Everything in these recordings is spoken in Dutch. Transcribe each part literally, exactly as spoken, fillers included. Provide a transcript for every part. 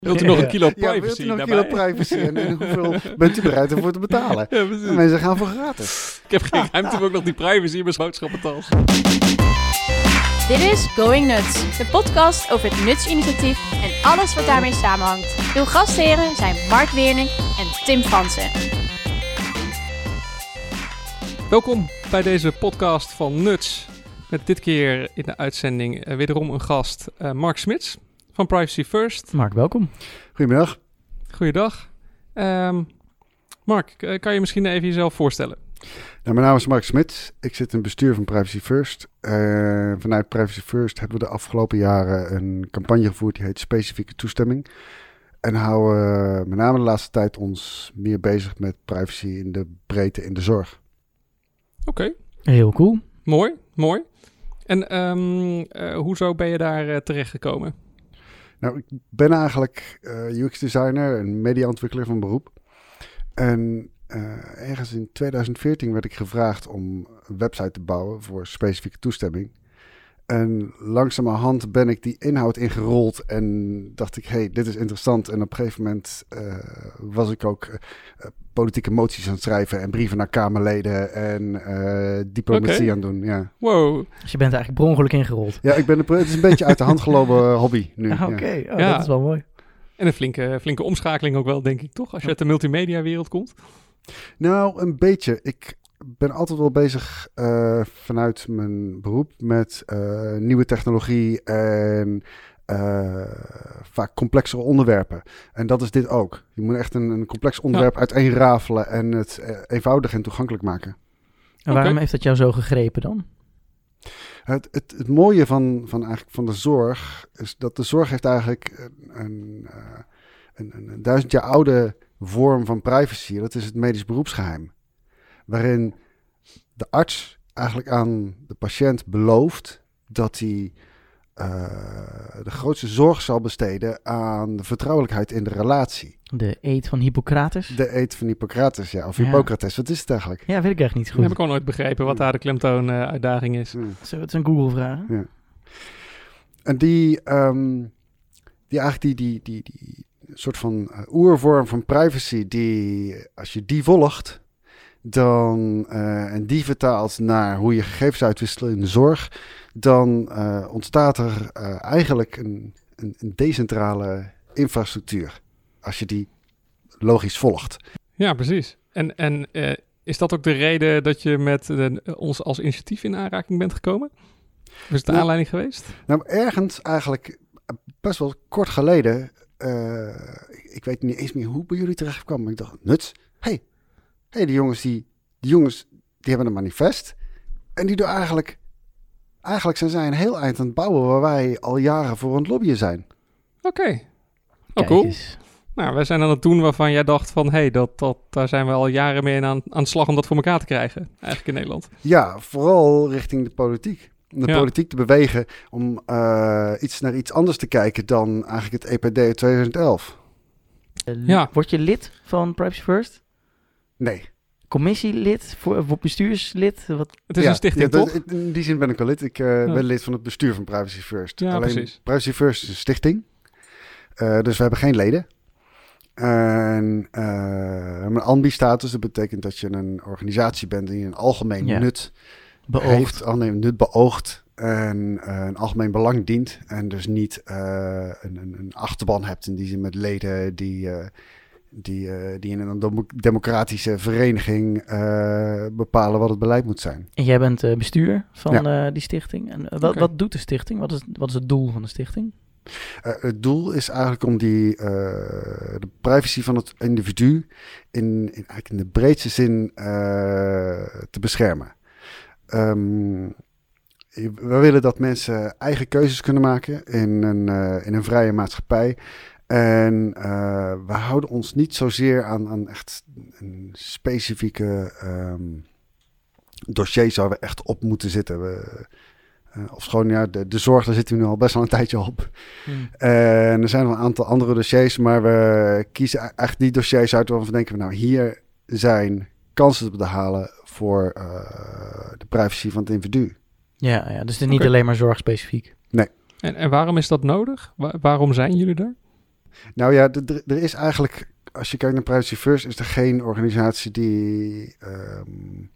Wilt u nog een kilo privacy ja, wilt u nog een daarbij? kilo privacy en, en hoeveel bent u bereid ervoor te betalen? Ja, precies. En mensen gaan voor gratis. Ik heb geen ruimte om ook nog die privacy in mijn boodschappentas. Dit is Going Nuts, de podcast over het Nuts-initiatief en alles wat daarmee samenhangt. Uw gastheren zijn Mark Weerning en Tim Fransen. Welkom bij deze podcast van Nuts. Met dit keer in de uitzending uh, wederom een gast, uh, Mark Smits van Privacy First. Mark, welkom. Goedemiddag. Goeiedag. Um, Mark, k- kan je misschien even jezelf voorstellen? Nou, mijn naam is Mark Smits. Ik zit in het bestuur van Privacy First. Uh, vanuit Privacy First hebben we de afgelopen jaren een campagne gevoerd die heet Specifieke Toestemming. En houden uh, met name de laatste tijd ons meer bezig met privacy in de breedte in de zorg. Oké. Okay. Heel cool. Mooi, mooi. En um, uh, hoezo ben je daar uh, terechtgekomen? Nou, ik ben eigenlijk uh, U X-designer en mediaontwikkelaar van beroep. En uh, ergens in twintig veertien werd ik gevraagd om een website te bouwen voor specifieke toestemming. En langzamerhand ben ik die inhoud ingerold en dacht ik, hey, dit is interessant. En op een gegeven moment uh, was ik ook uh, politieke moties aan het schrijven en brieven naar Kamerleden en uh, diplomatie okay. aan het doen. Ja. Wow. Dus je bent eigenlijk per ongeluk ingerold. Ja, ik ben een, het is een beetje uit de hand gelopen hobby nu. Ah, Oké, okay. ja. oh, ja. dat is wel mooi. En een flinke, flinke omschakeling ook wel, denk ik, toch? Als je uit de multimedia wereld komt. Nou, een beetje. Ik ben altijd wel bezig uh, vanuit mijn beroep met uh, nieuwe technologie en uh, vaak complexere onderwerpen. En dat is dit ook. Je moet echt een, een complex onderwerp ja. uiteenrafelen en het uh, eenvoudig en toegankelijk maken. En waarom okay. heeft dat jou zo gegrepen dan? Het, het, het mooie van, van, eigenlijk van de zorg is dat de zorg heeft eigenlijk een, een, uh, een, een, een duizend jaar oude vorm van privacy. Dat is het medisch beroepsgeheim. Waarin de arts eigenlijk aan de patiënt belooft dat hij uh, de grootste zorg zal besteden aan de vertrouwelijkheid in de relatie. De eed van Hippocrates? De eed van Hippocrates, ja. Of ja. Hippocrates, wat is het eigenlijk? Ja, weet ik echt niet zo goed. Dat heb ik ook nooit begrepen wat daar de klemtoon uh, uitdaging is. Ja. Zo, het is een Google-vraag. Ja. En die, um, die eigenlijk die, die, die, die soort van uh, oervorm van privacy, die als je die volgt, dan uh, en die vertaalt naar hoe je gegevens uitwisselt in de zorg, dan uh, ontstaat er uh, eigenlijk een, een, een decentrale infrastructuur, als je die logisch volgt. Ja, precies. En, en uh, is dat ook de reden dat je met de, ons als initiatief in aanraking bent gekomen? Of is het de nou, aanleiding geweest? Nou, ergens eigenlijk best wel kort geleden, uh, ik weet niet eens meer hoe bij jullie terecht kwam, maar ik dacht, nuts, hey, hey, die jongens, die, die jongens, die hebben een manifest. En die doen eigenlijk, eigenlijk zijn zij een heel eind aan het bouwen waar wij al jaren voor aan het lobbyen zijn. Oké. Okay. Oh, cool. Eens. Nou, wij zijn aan het doen waarvan jij dacht van, hé, hey, dat, dat, daar zijn we al jaren mee aan, aan de slag om dat voor elkaar te krijgen, eigenlijk in Nederland. Ja, vooral richting de politiek. Om de ja. politiek te bewegen om uh, iets naar iets anders te kijken dan eigenlijk het E P D uit twintig elf. Uh, ja. Word je lid van Privacy First? Nee. Commissielid, voor, voor bestuurslid? Wat? Het is ja, een stichting, ja, toch? Dat, in die zin ben ik al lid. Ik uh, ja. ben lid van het bestuur van Privacy First. Ja, Alleen precies. Privacy First is een stichting. Uh, dus we hebben geen leden. En uh, mijn ambi-status, dat betekent dat je een organisatie bent die een algemeen ja. nut beoogt. heeft. Algemeen nut beoogt en uh, een algemeen belang dient. En dus niet uh, een, een, een achterban hebt in die zin met leden die... Uh, Die, uh, die in een democratische vereniging uh, bepalen wat het beleid moet zijn. En jij bent uh, bestuur van ja. uh, die stichting. En uh, wat, okay. wat doet de stichting? Wat is, wat is het doel van de stichting? Uh, het doel is eigenlijk om die, uh, de privacy van het individu in, in, eigenlijk in de breedste zin uh, te beschermen. Um, we willen dat mensen eigen keuzes kunnen maken in een, uh, in een vrije maatschappij. En uh, we houden ons niet zozeer aan, aan echt een specifieke um, dossiers waar we echt op moeten zitten. We, uh, of gewoon, ja, de, de zorg, daar zitten we nu al best wel een tijdje op. Hmm. En er zijn nog een aantal andere dossiers, maar we kiezen eigenlijk die dossiers uit waarvan we denken, nou, hier zijn kansen te behalen voor uh, de privacy van het individu. Ja, ja, dus het is niet okay. alleen maar zorgspecifiek. Nee. En, en waarom is dat nodig? Wa- waarom zijn jullie er? Nou ja, d- d- er is eigenlijk, als je kijkt naar Privacy First, is er geen organisatie die um,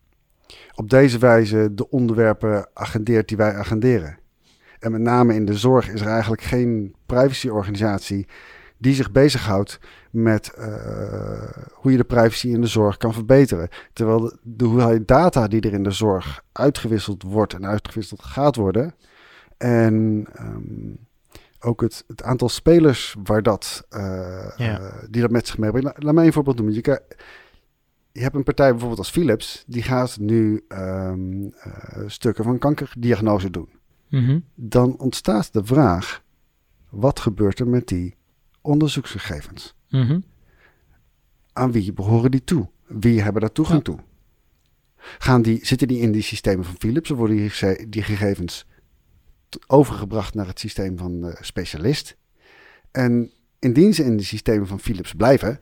op deze wijze de onderwerpen agendeert die wij agenderen. En met name in de zorg is er eigenlijk geen privacyorganisatie die zich bezighoudt met uh, hoe je de privacy in de zorg kan verbeteren. Terwijl de, de hoeveelheid data die er in de zorg uitgewisseld wordt en uitgewisseld gaat worden. En um, ook het, het aantal spelers waar dat, uh, ja. uh, die dat met zich meebrengt. La, laat mij een voorbeeld noemen. Je, kan, je hebt een partij bijvoorbeeld als Philips. Die gaat nu um, uh, stukken van kankerdiagnose doen. Mm-hmm. Dan ontstaat de vraag, wat gebeurt er met die onderzoeksgegevens? Mm-hmm. Aan wie behoren die toe? Wie hebben daar toegang ja. toe? Gaan die, zitten die in die systemen van Philips? Of worden die, die gegevens overgebracht naar het systeem van de specialist? En indien ze in de systemen van Philips blijven,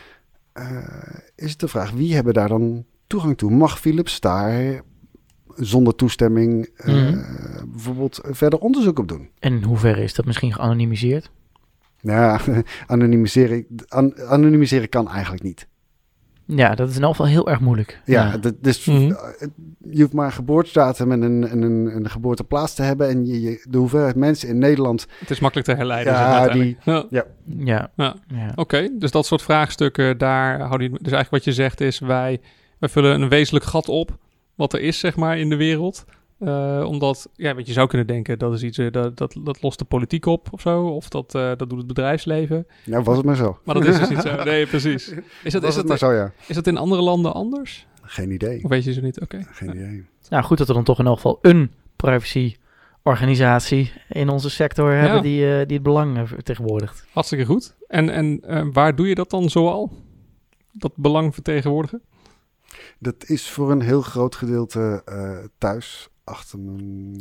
uh, is het de vraag, wie hebben daar dan toegang toe? Mag Philips daar zonder toestemming uh, mm-hmm. bijvoorbeeld verder onderzoek op doen? En in hoeverre is dat misschien geanonimiseerd? Ja, anonimiseren, an, anonimiseren kan eigenlijk niet. Ja, dat is in elk geval heel erg moeilijk. Ja, ja. Dat, dus mm-hmm. je hoeft maar een geboortedatum en een, en een, een geboorteplaats te hebben. En je, je, de hoeveelheid mensen in Nederland... Het is makkelijk te herleiden. Ja, die... Ja. ja. ja. ja. ja. Oké, okay, dus dat soort vraagstukken, daar houden je... Dus eigenlijk wat je zegt is, wij, wij vullen een wezenlijk gat op wat er is, zeg maar, in de wereld. Uh, omdat, ja, wat je zou kunnen denken, dat is iets, uh, dat, dat, dat lost de politiek op of zo. Of dat, uh, dat doet het bedrijfsleven. Nou, was het maar zo. Maar dat is dus niet zo. Nee, precies. Is dat, was is het dat, maar zo, ja. Is dat in andere landen anders? Geen idee. Of weet je ze niet? Oké. Okay. Geen idee. Nou, goed dat we dan toch in elk geval een privacyorganisatie in onze sector ja. hebben die, uh, die het belang vertegenwoordigt. Hartstikke goed. En, en uh, waar doe je dat dan zoal? Dat belang vertegenwoordigen? Dat is voor een heel groot gedeelte uh, thuis, achter mijn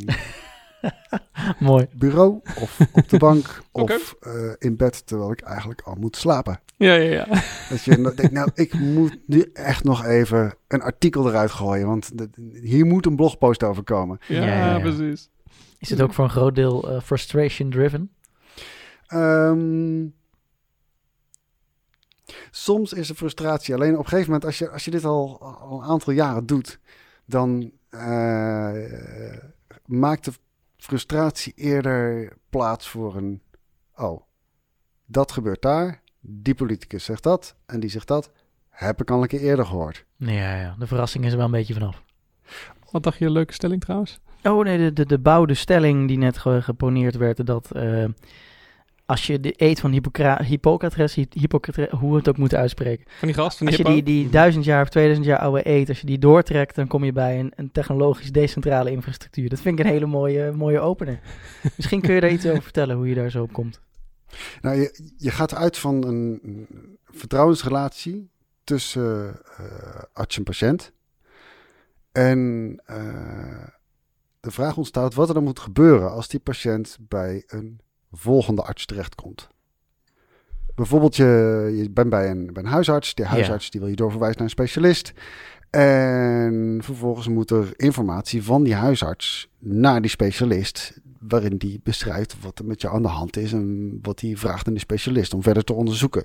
Mooi. bureau of op de bank okay. of uh, in bed, terwijl ik eigenlijk al moet slapen. Ja, ja, ja. Dat je denkt, nou, ik moet nu echt nog even een artikel eruit gooien, want de, hier moet een blogpost over komen. Ja, ja, ja, ja. precies. Is het ook voor een groot deel uh, frustration-driven? Um, soms is er frustratie. Alleen op een gegeven moment, als je, als je dit al, al een aantal jaren doet, dan uh, maakt de frustratie eerder plaats voor een... Oh, dat gebeurt daar. Die politicus zegt dat en die zegt dat. Heb ik al een keer eerder gehoord. Ja, ja. De verrassing is er wel een beetje vanaf. Wat dacht je, een leuke stelling trouwens? Oh nee, de, de, de bouwde stelling die net ge, geponeerd werd, dat uh, als je de eed van Hippocra- Hippocrates, Hippocrates, hoe we het ook moeten uitspreken. Van die gast, van die Als je die, die duizend jaar of tweeduizend jaar oude eed, als je die doortrekt, dan kom je bij een, een technologisch decentrale infrastructuur. Dat vind ik een hele mooie, mooie opener. Misschien kun je daar iets over vertellen, hoe je daar zo op komt. Nou, je, je gaat uit van een, een vertrouwensrelatie tussen uh, arts en patiënt. En uh, de vraag ontstaat wat er dan moet gebeuren als die patiënt bij een volgende arts terechtkomt. Bijvoorbeeld, je, je bent bij een, bij een huisarts. Die huisarts ja. die wil je doorverwijzen naar een specialist. En vervolgens moet er informatie van die huisarts naar die specialist, waarin die beschrijft wat er met jou aan de hand is en wat hij vraagt aan de specialist om verder te onderzoeken.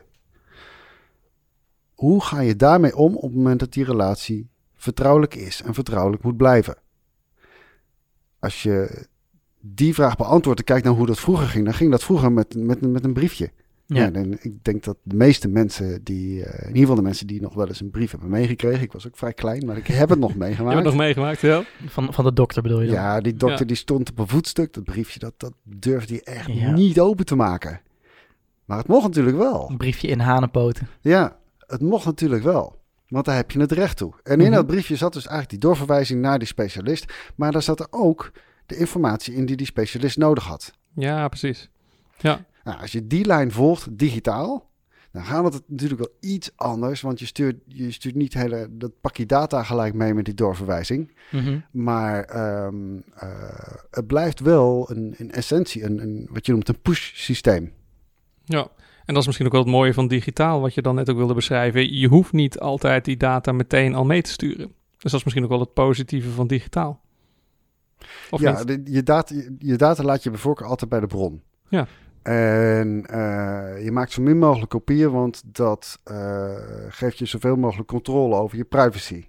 Hoe ga je daarmee om op het moment dat die relatie vertrouwelijk is en vertrouwelijk moet blijven? Als je die vraag beantwoordt en kijkt naar hoe dat vroeger ging, dan ging dat vroeger met, met, met een briefje. Ja. Ja, en ik denk dat de meeste mensen die, uh, in ieder geval de mensen die nog wel eens een brief hebben meegekregen, ik was ook vrij klein, maar ik heb het nog meegemaakt. Je hebt het nog meegemaakt, ja? Van, van de dokter bedoel je dan? Ja, die dokter ja. die stond op een voetstuk, dat briefje, dat, dat durfde hij echt ja. niet open te maken. Maar het mocht natuurlijk wel. Een briefje in hanenpoten. Ja, het mocht natuurlijk wel. Want daar heb je het recht toe. En in mm-hmm. dat briefje zat dus eigenlijk die doorverwijzing naar die specialist. Maar daar zat er ook de informatie in die die specialist nodig had. Ja, precies. Ja. Nou, als je die lijn volgt, digitaal, dan gaat het natuurlijk wel iets anders. Want je stuurt, je stuurt niet hele, dat pakje data gelijk mee met die doorverwijzing. Mm-hmm. Maar um, uh, het blijft wel een, in essentie een, een, wat je noemt een push systeem. Ja. En dat is misschien ook wel het mooie van digitaal, wat je dan net ook wilde beschrijven. Je hoeft niet altijd die data meteen al mee te sturen. Dus dat is misschien ook wel het positieve van digitaal. Of ja, de, je, data, je data laat je bij voorkeur altijd bij de bron. Ja. En uh, je maakt zo min mogelijk kopieën, want dat uh, geeft je zoveel mogelijk controle over je privacy.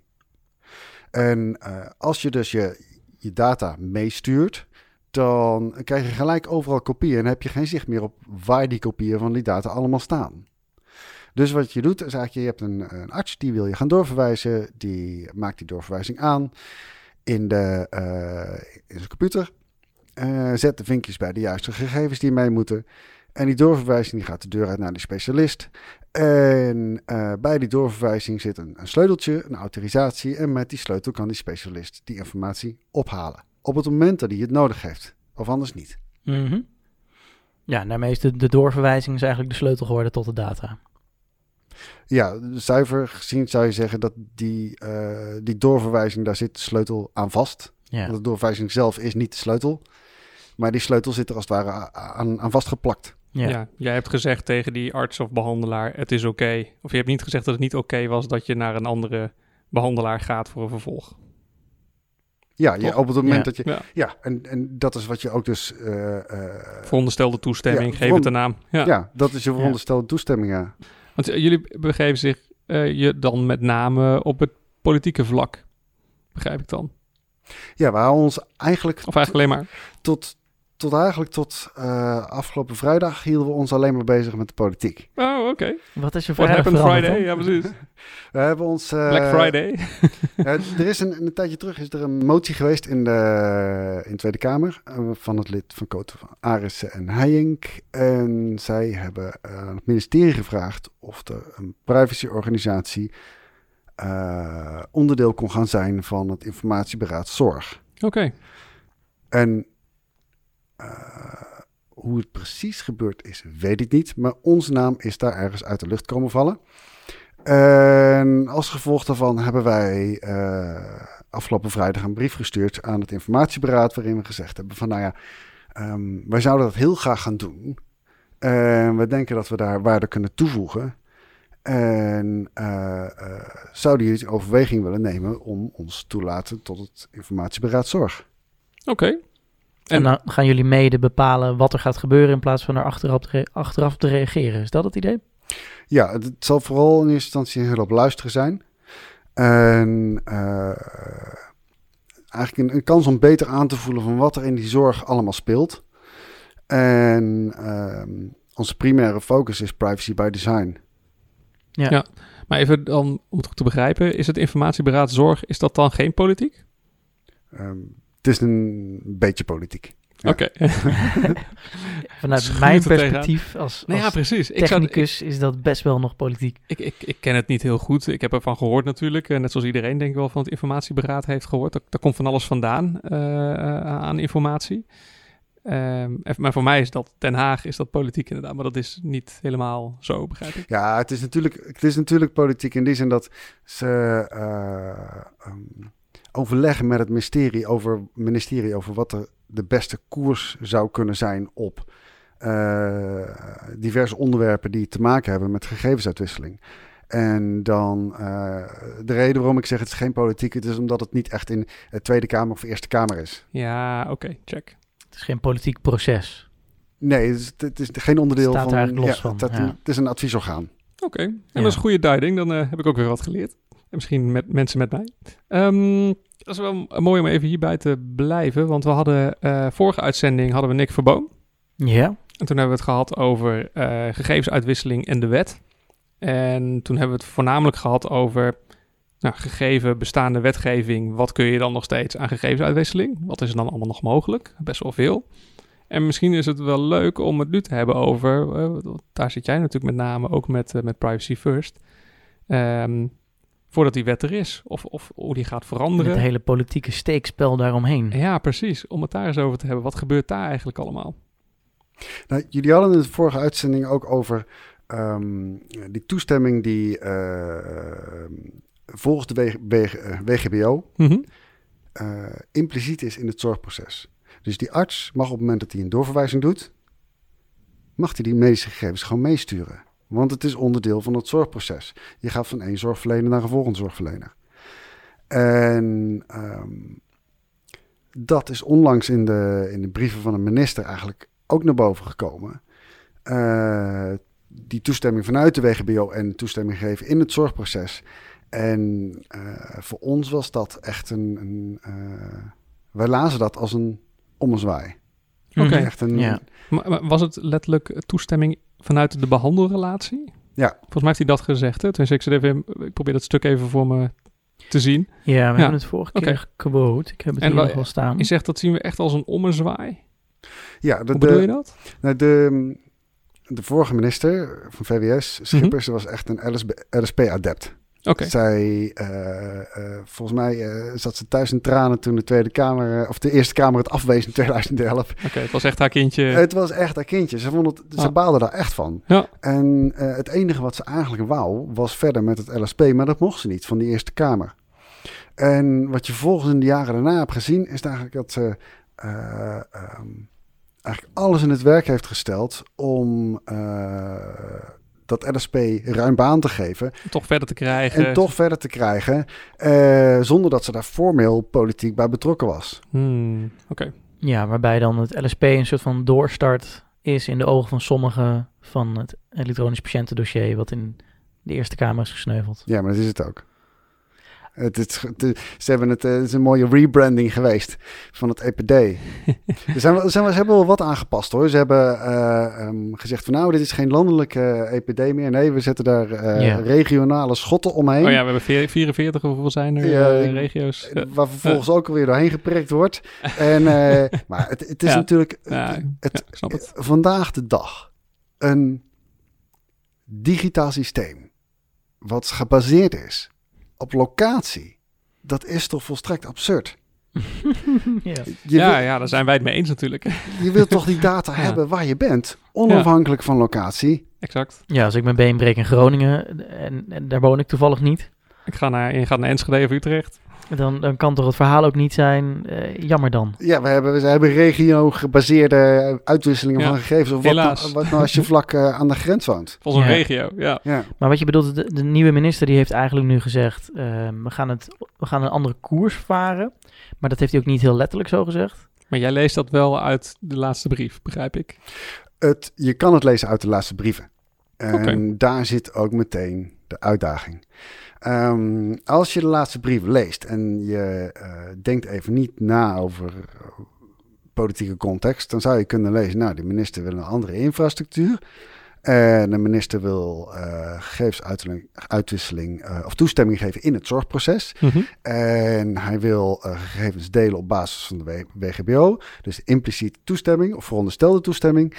En uh, als je dus je, je data meestuurt, dan krijg je gelijk overal kopieën en heb je geen zicht meer op waar die kopieën van die data allemaal staan. Dus wat je doet is eigenlijk, je hebt een, een arts die wil je gaan doorverwijzen, die maakt die doorverwijzing aan in, de, uh, in zijn computer. Uh, zet de vinkjes bij de juiste gegevens die mee moeten. En die doorverwijzing die gaat de deur uit naar die specialist. En uh, bij die doorverwijzing zit een, een sleuteltje, een autorisatie. En met die sleutel kan die specialist die informatie ophalen. Op het moment dat hij het nodig heeft. Of anders niet. Mm-hmm. Ja, daarmee is de, de doorverwijzing is eigenlijk de sleutel geworden tot de data. Ja, zuiver gezien zou je zeggen dat die, uh, die doorverwijzing, daar zit de sleutel aan vast. Ja. Want de doorverwijzing zelf is niet de sleutel. Maar die sleutel zit er als het ware aan, aan vastgeplakt. Ja. ja, jij hebt gezegd tegen die arts of behandelaar, het is oké. Okay. Of je hebt niet gezegd dat het niet oké okay was dat je naar een andere behandelaar gaat voor een vervolg. Ja, ja op het moment ja. dat je... Ja, ja en, en dat is wat je ook dus... Uh, uh, veronderstelde toestemming, ja, geef het een naam. Ja. ja, dat is je veronderstelde ja. toestemming, ja. Want jullie begeven zich uh, je dan met name op het politieke vlak, begrijp ik dan? Ja, we houden ons eigenlijk... Of eigenlijk alleen maar... Tot, tot eigenlijk tot uh, afgelopen vrijdag hielden we ons alleen maar bezig met de politiek. Oh, oké. Okay. Wat is je What happened Friday? Ja, precies. We hebben ons... Uh, Black Friday. uh, er is een, een tijdje terug is er een motie geweest in de, in de Tweede Kamer uh, van het lid van Cote van Arissen en Heijink. En zij hebben uh, aan het ministerie gevraagd of er een privacyorganisatie uh, onderdeel kon gaan zijn van het informatieberaad Zorg. Oké. Okay. En uh, hoe het precies gebeurd is, weet ik niet. Maar onze naam is daar ergens uit de lucht komen vallen. En als gevolg daarvan hebben wij uh, afgelopen vrijdag een brief gestuurd aan het informatieberaad, waarin we gezegd hebben van nou ja, um, wij zouden dat heel graag gaan doen. En we denken dat we daar waarde kunnen toevoegen. En uh, uh, zouden jullie in overweging willen nemen om ons toelaten tot het informatieberaad Zorg. Oké. Okay. En, en dan gaan jullie mede bepalen wat er gaat gebeuren in plaats van er achteraf te, re- achteraf te reageren. Is dat het idee? Ja, het zal vooral in eerste instantie heel op luisteren zijn. En uh, eigenlijk een, een kans om beter aan te voelen van wat er in die zorg allemaal speelt. En uh, onze primaire focus is privacy by design. Ja. ja, maar even dan, om het goed te begrijpen, is het informatieberaad Zorg, is dat dan geen politiek? Um, het is een beetje politiek. Ja. Oké. Okay. Vanuit mijn perspectief als, nee, als ja, precies. technicus ik zou, ik, is dat best wel nog politiek. Ik, ik, ik ken het niet heel goed. Ik heb ervan gehoord natuurlijk. Net zoals iedereen denk ik wel van het informatieberaad heeft gehoord. Daar komt van alles vandaan uh, uh, aan informatie. Um, maar voor mij is dat Den Haag, is dat politiek inderdaad. Maar dat is niet helemaal zo, begrijp ik. Ja, het is natuurlijk, het is natuurlijk politiek in die zin dat ze uh, um, overleggen met het ministerie over, ministerie over wat er de beste koers zou kunnen zijn op uh, diverse onderwerpen die te maken hebben met gegevensuitwisseling. En dan uh, de reden waarom ik zeg het is geen politiek, het is omdat het niet echt in de Tweede Kamer of Eerste Kamer is. Ja, oké, okay, check. Het is geen politiek proces. Nee, het is, het is geen onderdeel het staat van... Er eigenlijk los ja, van. Het, het, ja. het is een adviesorgaan. Oké, okay. En ja. dat is een goede duiding. Dan uh, heb ik ook weer wat geleerd. En misschien met mensen met mij. Um, dat is wel mooi om even hierbij te blijven. Want we hadden, uh, vorige uitzending hadden we Nick Verboom. Ja. En toen hebben we het gehad over uh, gegevensuitwisseling en de wet. En toen hebben we het voornamelijk gehad over... Nou, gegeven bestaande wetgeving, wat kun je dan nog steeds aan gegevensuitwisseling? Wat is er dan allemaal nog mogelijk? Best wel veel. En misschien is het wel leuk om het nu te hebben over, uh, daar zit jij natuurlijk met name ook met, uh, met Privacy First, um, voordat die wet er is, of, of hoe die gaat veranderen. Het hele politieke steekspel daaromheen. Ja, precies. Om het daar eens over te hebben. Wat gebeurt daar eigenlijk allemaal? Nou, jullie hadden in de vorige uitzending ook over um, die toestemming die... Uh, volgens de W G B O mm-hmm. uh, impliciet is in het zorgproces. Dus die arts mag op het moment dat hij een doorverwijzing doet, mag hij die medische gegevens gewoon meesturen. Want het is onderdeel van het zorgproces. Je gaat van één zorgverlener naar een volgende zorgverlener. En um, dat is onlangs in de, in de brieven van de minister eigenlijk ook naar boven gekomen. Uh, die toestemming vanuit de W G B O en toestemming geven in het zorgproces. En uh, voor ons was dat echt een... een uh, wij lazen dat als een ommezwaai. Oké. Okay. Echt een... Ja. Maar, maar was het letterlijk toestemming vanuit de behandelrelatie? Ja. Volgens mij heeft hij dat gezegd. Hè? Dus ik, zit even, ik probeer dat stuk even voor me te zien. Ja, we Ja. hebben het vorige keer Oké. gequote. Ik heb het En hier wa- nog wel staan. Je zegt dat zien we echt als een ommezwaai. Ja, de, Hoe bedoel je de, dat? nou, de, de vorige minister van V W S, Schippers, was echt een L S P-adept. Oké. Okay. Zij, uh, uh, volgens mij uh, zat ze thuis in tranen toen de Tweede Kamer, uh, of de Eerste Kamer het afwees in twintig elf. Oké, okay, het was echt haar kindje. Het was echt haar kindje. Ze, vond het, ze ah. baalde daar echt van. Ja. En uh, het enige wat ze eigenlijk wou, was verder met het L S P, maar dat mocht ze niet van die Eerste Kamer. En wat je vervolgens in de jaren daarna hebt gezien, is eigenlijk dat ze uh, um, eigenlijk alles in het werk heeft gesteld om uh, dat L S P ruim baan te geven. Toch verder te krijgen. En toch verder te krijgen, uh, zonder dat ze daar formeel politiek bij betrokken was. Hmm, Oké. Okay. Ja, waarbij dan het L S P een soort van doorstart is in de ogen van sommigen van het elektronisch patiëntendossier wat in de Eerste Kamer is gesneuveld. Ja, maar dat is het ook. Het, het, het, ze hebben het, het is een mooie rebranding geweest van het E P D. er zijn, er zijn, ze hebben wel wat aangepast hoor. Ze hebben uh, um, gezegd van nou, dit is geen landelijke E P D meer. Nee, we zetten daar uh, ja. regionale schotten omheen. Oh ja, we hebben vierenveertig, hoeveel zijn er ja, uh, regio's? Waar vervolgens uh. ook alweer doorheen geprikt wordt. En, uh, maar het, het is ja. natuurlijk ja, het, ja, het. vandaag de dag een digitaal systeem wat gebaseerd is op locatie, dat is toch volstrekt absurd? ja. Ja, wil, ja, daar zijn wij het mee eens natuurlijk. Je wilt toch die data ja. hebben waar je bent, onafhankelijk ja. van locatie? Exact. Ja, als ik mijn been breek in Groningen en, en daar woon ik toevallig niet. Ik ga naar, je gaat naar Enschede of Utrecht. Dan, dan kan toch het verhaal ook niet zijn, uh, jammer dan. Ja, we hebben, we hebben regio-gebaseerde uitwisselingen ja. van gegevens. Of wat nou, wat nou als je vlak uh, aan de grens woont? Volgens een ja. regio, ja. ja. Maar wat je bedoelt, de, de nieuwe minister die heeft eigenlijk nu gezegd, uh, we, gaan het, we gaan een andere koers varen. Maar dat heeft hij ook niet heel letterlijk zo gezegd. Maar jij leest dat wel uit de laatste brief, begrijp ik? Het, je kan het lezen uit de laatste brieven. En okay. daar zit ook meteen de uitdaging. Um, als je de laatste brief leest en je uh, denkt even niet na over uh, politieke context, dan zou je kunnen lezen, nou, de minister wil een andere infrastructuur. En de minister wil uh, gegevensuitwisseling uh, of toestemming geven in het zorgproces. Mm-hmm. En hij wil uh, gegevens delen op basis van de W G B O. Dus impliciete toestemming of veronderstelde toestemming.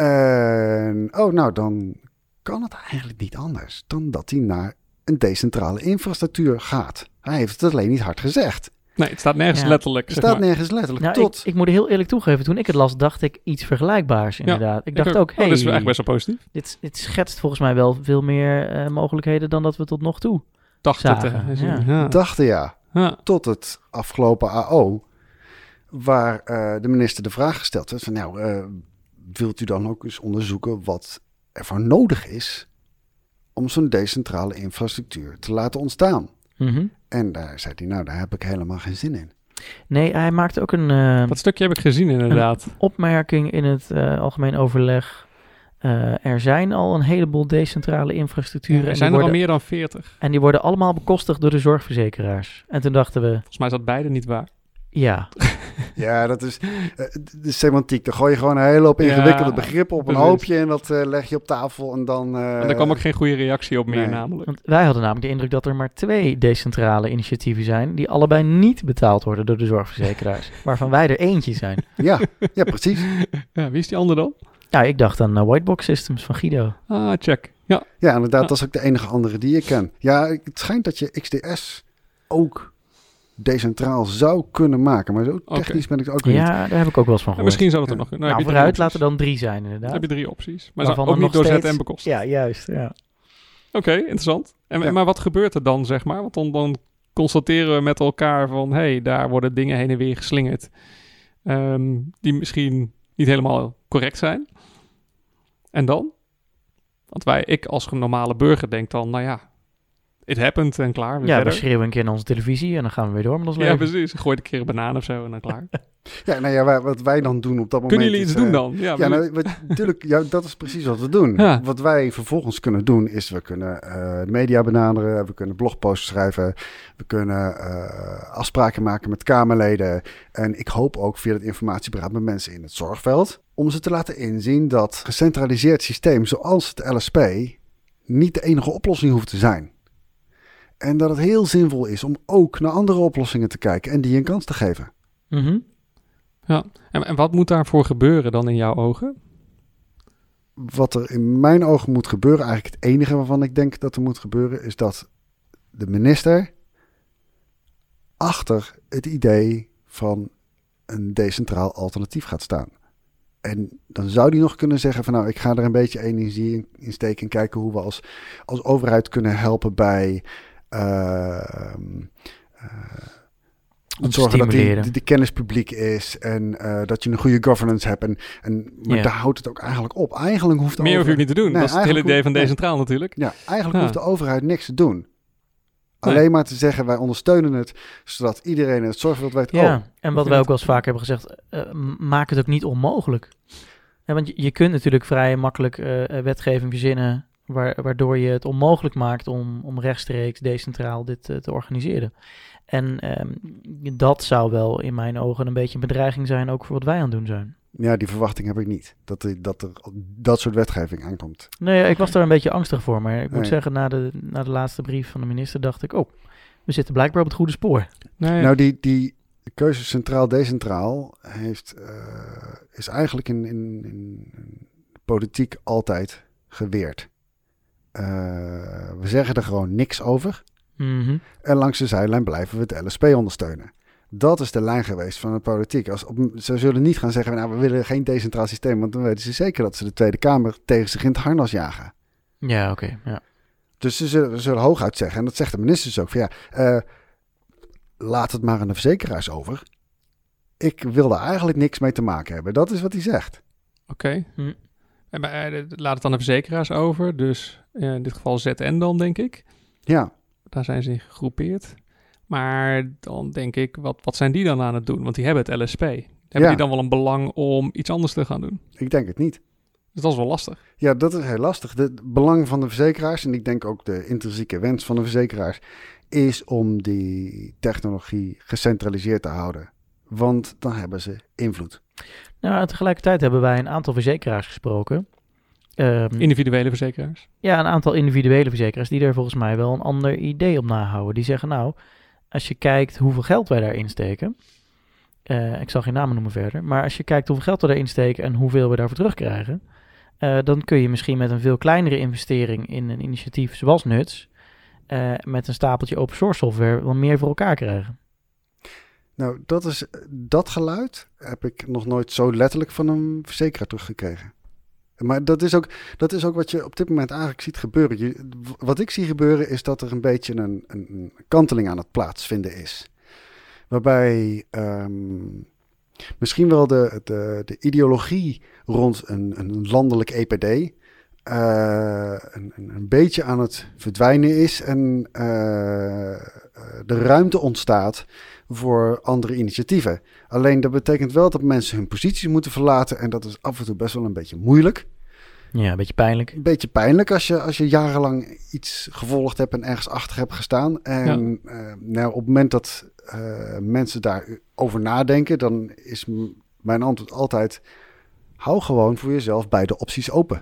En oh, nou, dan kan het eigenlijk niet anders dan dat hij naar een decentrale infrastructuur gaat. Hij heeft het alleen niet hard gezegd. Nee, het staat nergens ja. letterlijk. Het staat nergens letterlijk. Nou, tot... ik, ik moet er heel eerlijk toegeven, toen ik het las, dacht ik iets vergelijkbaars inderdaad. Ja, ik dacht ik ook, ook, hé, hey, oh, dat is eigenlijk best wel positief. Dit, dit schetst volgens mij wel veel meer uh, mogelijkheden dan dat we tot nog toe dachten. zagen. Te, ja. Ja. Dachten ja. ja. Tot het afgelopen A O, waar uh, de minister de vraag gesteld heeft van nou, uh, wilt u dan ook eens onderzoeken wat er voor nodig is om zo'n decentrale infrastructuur te laten ontstaan? Mm-hmm. En daar zei hij, nou, daar heb ik helemaal geen zin in. Nee, hij maakte ook een... Uh, dat stukje heb ik gezien inderdaad. Een opmerking in het uh, algemeen overleg. Uh, er zijn al een heleboel decentrale infrastructuren. Ja, er en zijn er worden, al meer dan veertig. En die worden allemaal bekostigd door de zorgverzekeraars. En toen dachten we... Volgens mij is dat beide niet waar. Ja. Ja, dat is uh, de semantiek. Dan gooi je gewoon een hele hoop ingewikkelde ja, begrippen op een precies. hoopje en dat uh, leg je op tafel en dan... Uh, en daar kwam ook geen goede reactie op meer nee. namelijk. Want wij hadden namelijk de indruk dat er maar twee decentrale initiatieven zijn die allebei niet betaald worden door de zorgverzekeraars. Waarvan wij er eentje zijn. Ja, ja precies. Ja, wie is die ander dan? Ja, ik dacht aan uh, Whitebox Systems van Guido. Ah, check. Ja, ja inderdaad. Ja. Dat is ook de enige andere die ik ken. Ja, het schijnt dat je X D S ook decentraal zou kunnen maken. Maar zo technisch okay. ben ik ook niet. Ja, daar heb ik ook wel eens van gehoord. Ja, misschien zou dat ja. er nog... Nou, nou vooruit laten er dan drie zijn inderdaad. Dan heb je drie opties. Maar waarvan ook niet door steeds... Z M bekost. Ja, juist. Ja. Oké, okay, interessant. En, ja. Maar wat gebeurt er dan, zeg maar? Want dan, dan constateren we met elkaar van... hé, hey, daar worden dingen heen en weer geslingerd... Um, die misschien niet helemaal correct zijn. En dan? Want wij, ik als normale burger denk dan... nou ja, it happened en klaar. Weer Ja, we verder. schreeuwen een keer naar onze televisie en dan gaan we weer door met ons Ja, leven. precies. Gooi een keer een banaan of zo en dan klaar. Ja, nou ja, wij- wat wij dan doen op dat moment... Kunnen jullie is, iets doen eh, dan? Ja, Ja, bedoel- nou, wat, natuurlijk, ja, dat is precies wat we doen. Ja. Wat wij vervolgens kunnen doen, is we kunnen eh, media benaderen, we kunnen blogposts schrijven, we kunnen eh, afspraken maken met Kamerleden. En ik hoop ook via het informatieberaad met mensen in het zorgveld, om ze te laten inzien dat gecentraliseerd systeem zoals het L S P niet de enige oplossing hoeft te zijn. En dat het heel zinvol is om ook naar andere oplossingen te kijken en die een kans te geven. Mhm. ja. En, en wat moet daarvoor gebeuren dan in jouw ogen? Wat er in mijn ogen moet gebeuren, eigenlijk het enige waarvan ik denk dat er moet gebeuren, is dat de minister achter het idee van een decentraal alternatief gaat staan. En dan zou die nog kunnen zeggen van nou, ik ga er een beetje energie in, in steken en kijken hoe we als, als overheid kunnen helpen bij uh, Om te zorgen dat die, stimuleren. die, de kennis publiek is en uh, dat je een goede governance hebt. En, en, maar Ja. daar houdt het ook eigenlijk op. Eigenlijk hoeft de Meer hoef je ook overheid- niet te doen. Nee, dat is het hele eigenlijk idee van hoeft- decentraal natuurlijk. Ja, eigenlijk Ja. hoeft de overheid niks te doen. Nee. Alleen maar te zeggen, wij ondersteunen het, zodat iedereen in het zorgveld weet, Ja, oh, en wat vind wij ook het- wel eens vaak hebben gezegd, uh, m- maak het ook niet onmogelijk. Ja, want je, je kunt natuurlijk vrij makkelijk uh, wetgeving verzinnen, waar, waardoor je het onmogelijk maakt om, om rechtstreeks decentraal dit uh, te organiseren. En um, dat zou wel in mijn ogen een beetje een bedreiging zijn, ook voor wat wij aan het doen zijn. ja, die verwachting heb ik niet. Dat, er- dat er dat soort wetgeving aankomt. Nee, ik was daar een beetje angstig voor, maar ik moet Nee. zeggen, na de, na de laatste brief van de minister dacht ik, oh, we zitten blijkbaar op het goede spoor. Nee, Nou, die, die keuze centraal-decentraal heeft, uh, is eigenlijk in, in, in politiek altijd geweerd. Uh, we zeggen er gewoon niks over. Mm-hmm. En langs de zijlijn blijven we het L S P ondersteunen. Dat is de lijn geweest van de politiek. Als op, ze zullen niet gaan zeggen, nou, we willen geen decentraal systeem, want dan weten ze zeker dat ze de Tweede Kamer tegen zich in het harnas jagen. Ja, oké. Okay, ja. Dus ze zullen, ze zullen hooguit zeggen, en dat zegt de minister dus ook, van ja, uh, laat het maar aan de verzekeraars over. Ik wil daar eigenlijk niks mee te maken hebben. Dat is wat hij zegt. Oké. Okay. Hm. En, uh, laat het aan de verzekeraars over. Dus uh, in dit geval Z N dan, denk ik. Ja. Daar zijn ze in gegroepeerd. Maar dan denk ik, wat, wat zijn die dan aan het doen? Want die hebben het L S P. Hebben ja. die dan wel een belang om iets anders te gaan doen? Ik denk het niet. Dus dat is wel lastig. Ja, dat is heel lastig. Het belang van de verzekeraars, en ik denk ook de intrinsieke wens van de verzekeraars, is om die technologie gecentraliseerd te houden. Want dan hebben ze invloed. Nou, tegelijkertijd hebben wij een aantal verzekeraars gesproken. Um, individuele verzekeraars? Ja, een aantal individuele verzekeraars die er volgens mij wel een ander idee op nahouden. Die zeggen nou, als je kijkt hoeveel geld wij daarin steken. Uh, ik zal geen namen noemen verder. Maar als je kijkt hoeveel geld we daarin steken en hoeveel we daarvoor terugkrijgen. Uh, dan kun je misschien met een veel kleinere investering in een initiatief zoals Nuts. Uh, met een stapeltje open source software wel meer voor elkaar krijgen. Nou, dat, is, dat geluid heb ik nog nooit zo letterlijk van een verzekeraar teruggekregen. Maar dat is, ook, dat is ook wat je op dit moment eigenlijk ziet gebeuren. Je, wat ik zie gebeuren is dat er een beetje een, een kanteling aan het plaatsvinden is. Waarbij um, misschien wel de, de, de ideologie rond een, een landelijk E P D uh, een, een beetje aan het verdwijnen is. En uh, de ruimte ontstaat voor andere initiatieven. Alleen dat betekent wel dat mensen hun posities moeten verlaten. En dat is af en toe best wel een beetje moeilijk. Ja, een beetje pijnlijk. Een beetje pijnlijk als je, als je jarenlang iets gevolgd hebt en ergens achter hebt gestaan. En ja. uh, nou, op het moment dat uh, mensen daarover nadenken, dan is m- mijn antwoord altijd: hou gewoon voor jezelf beide opties open.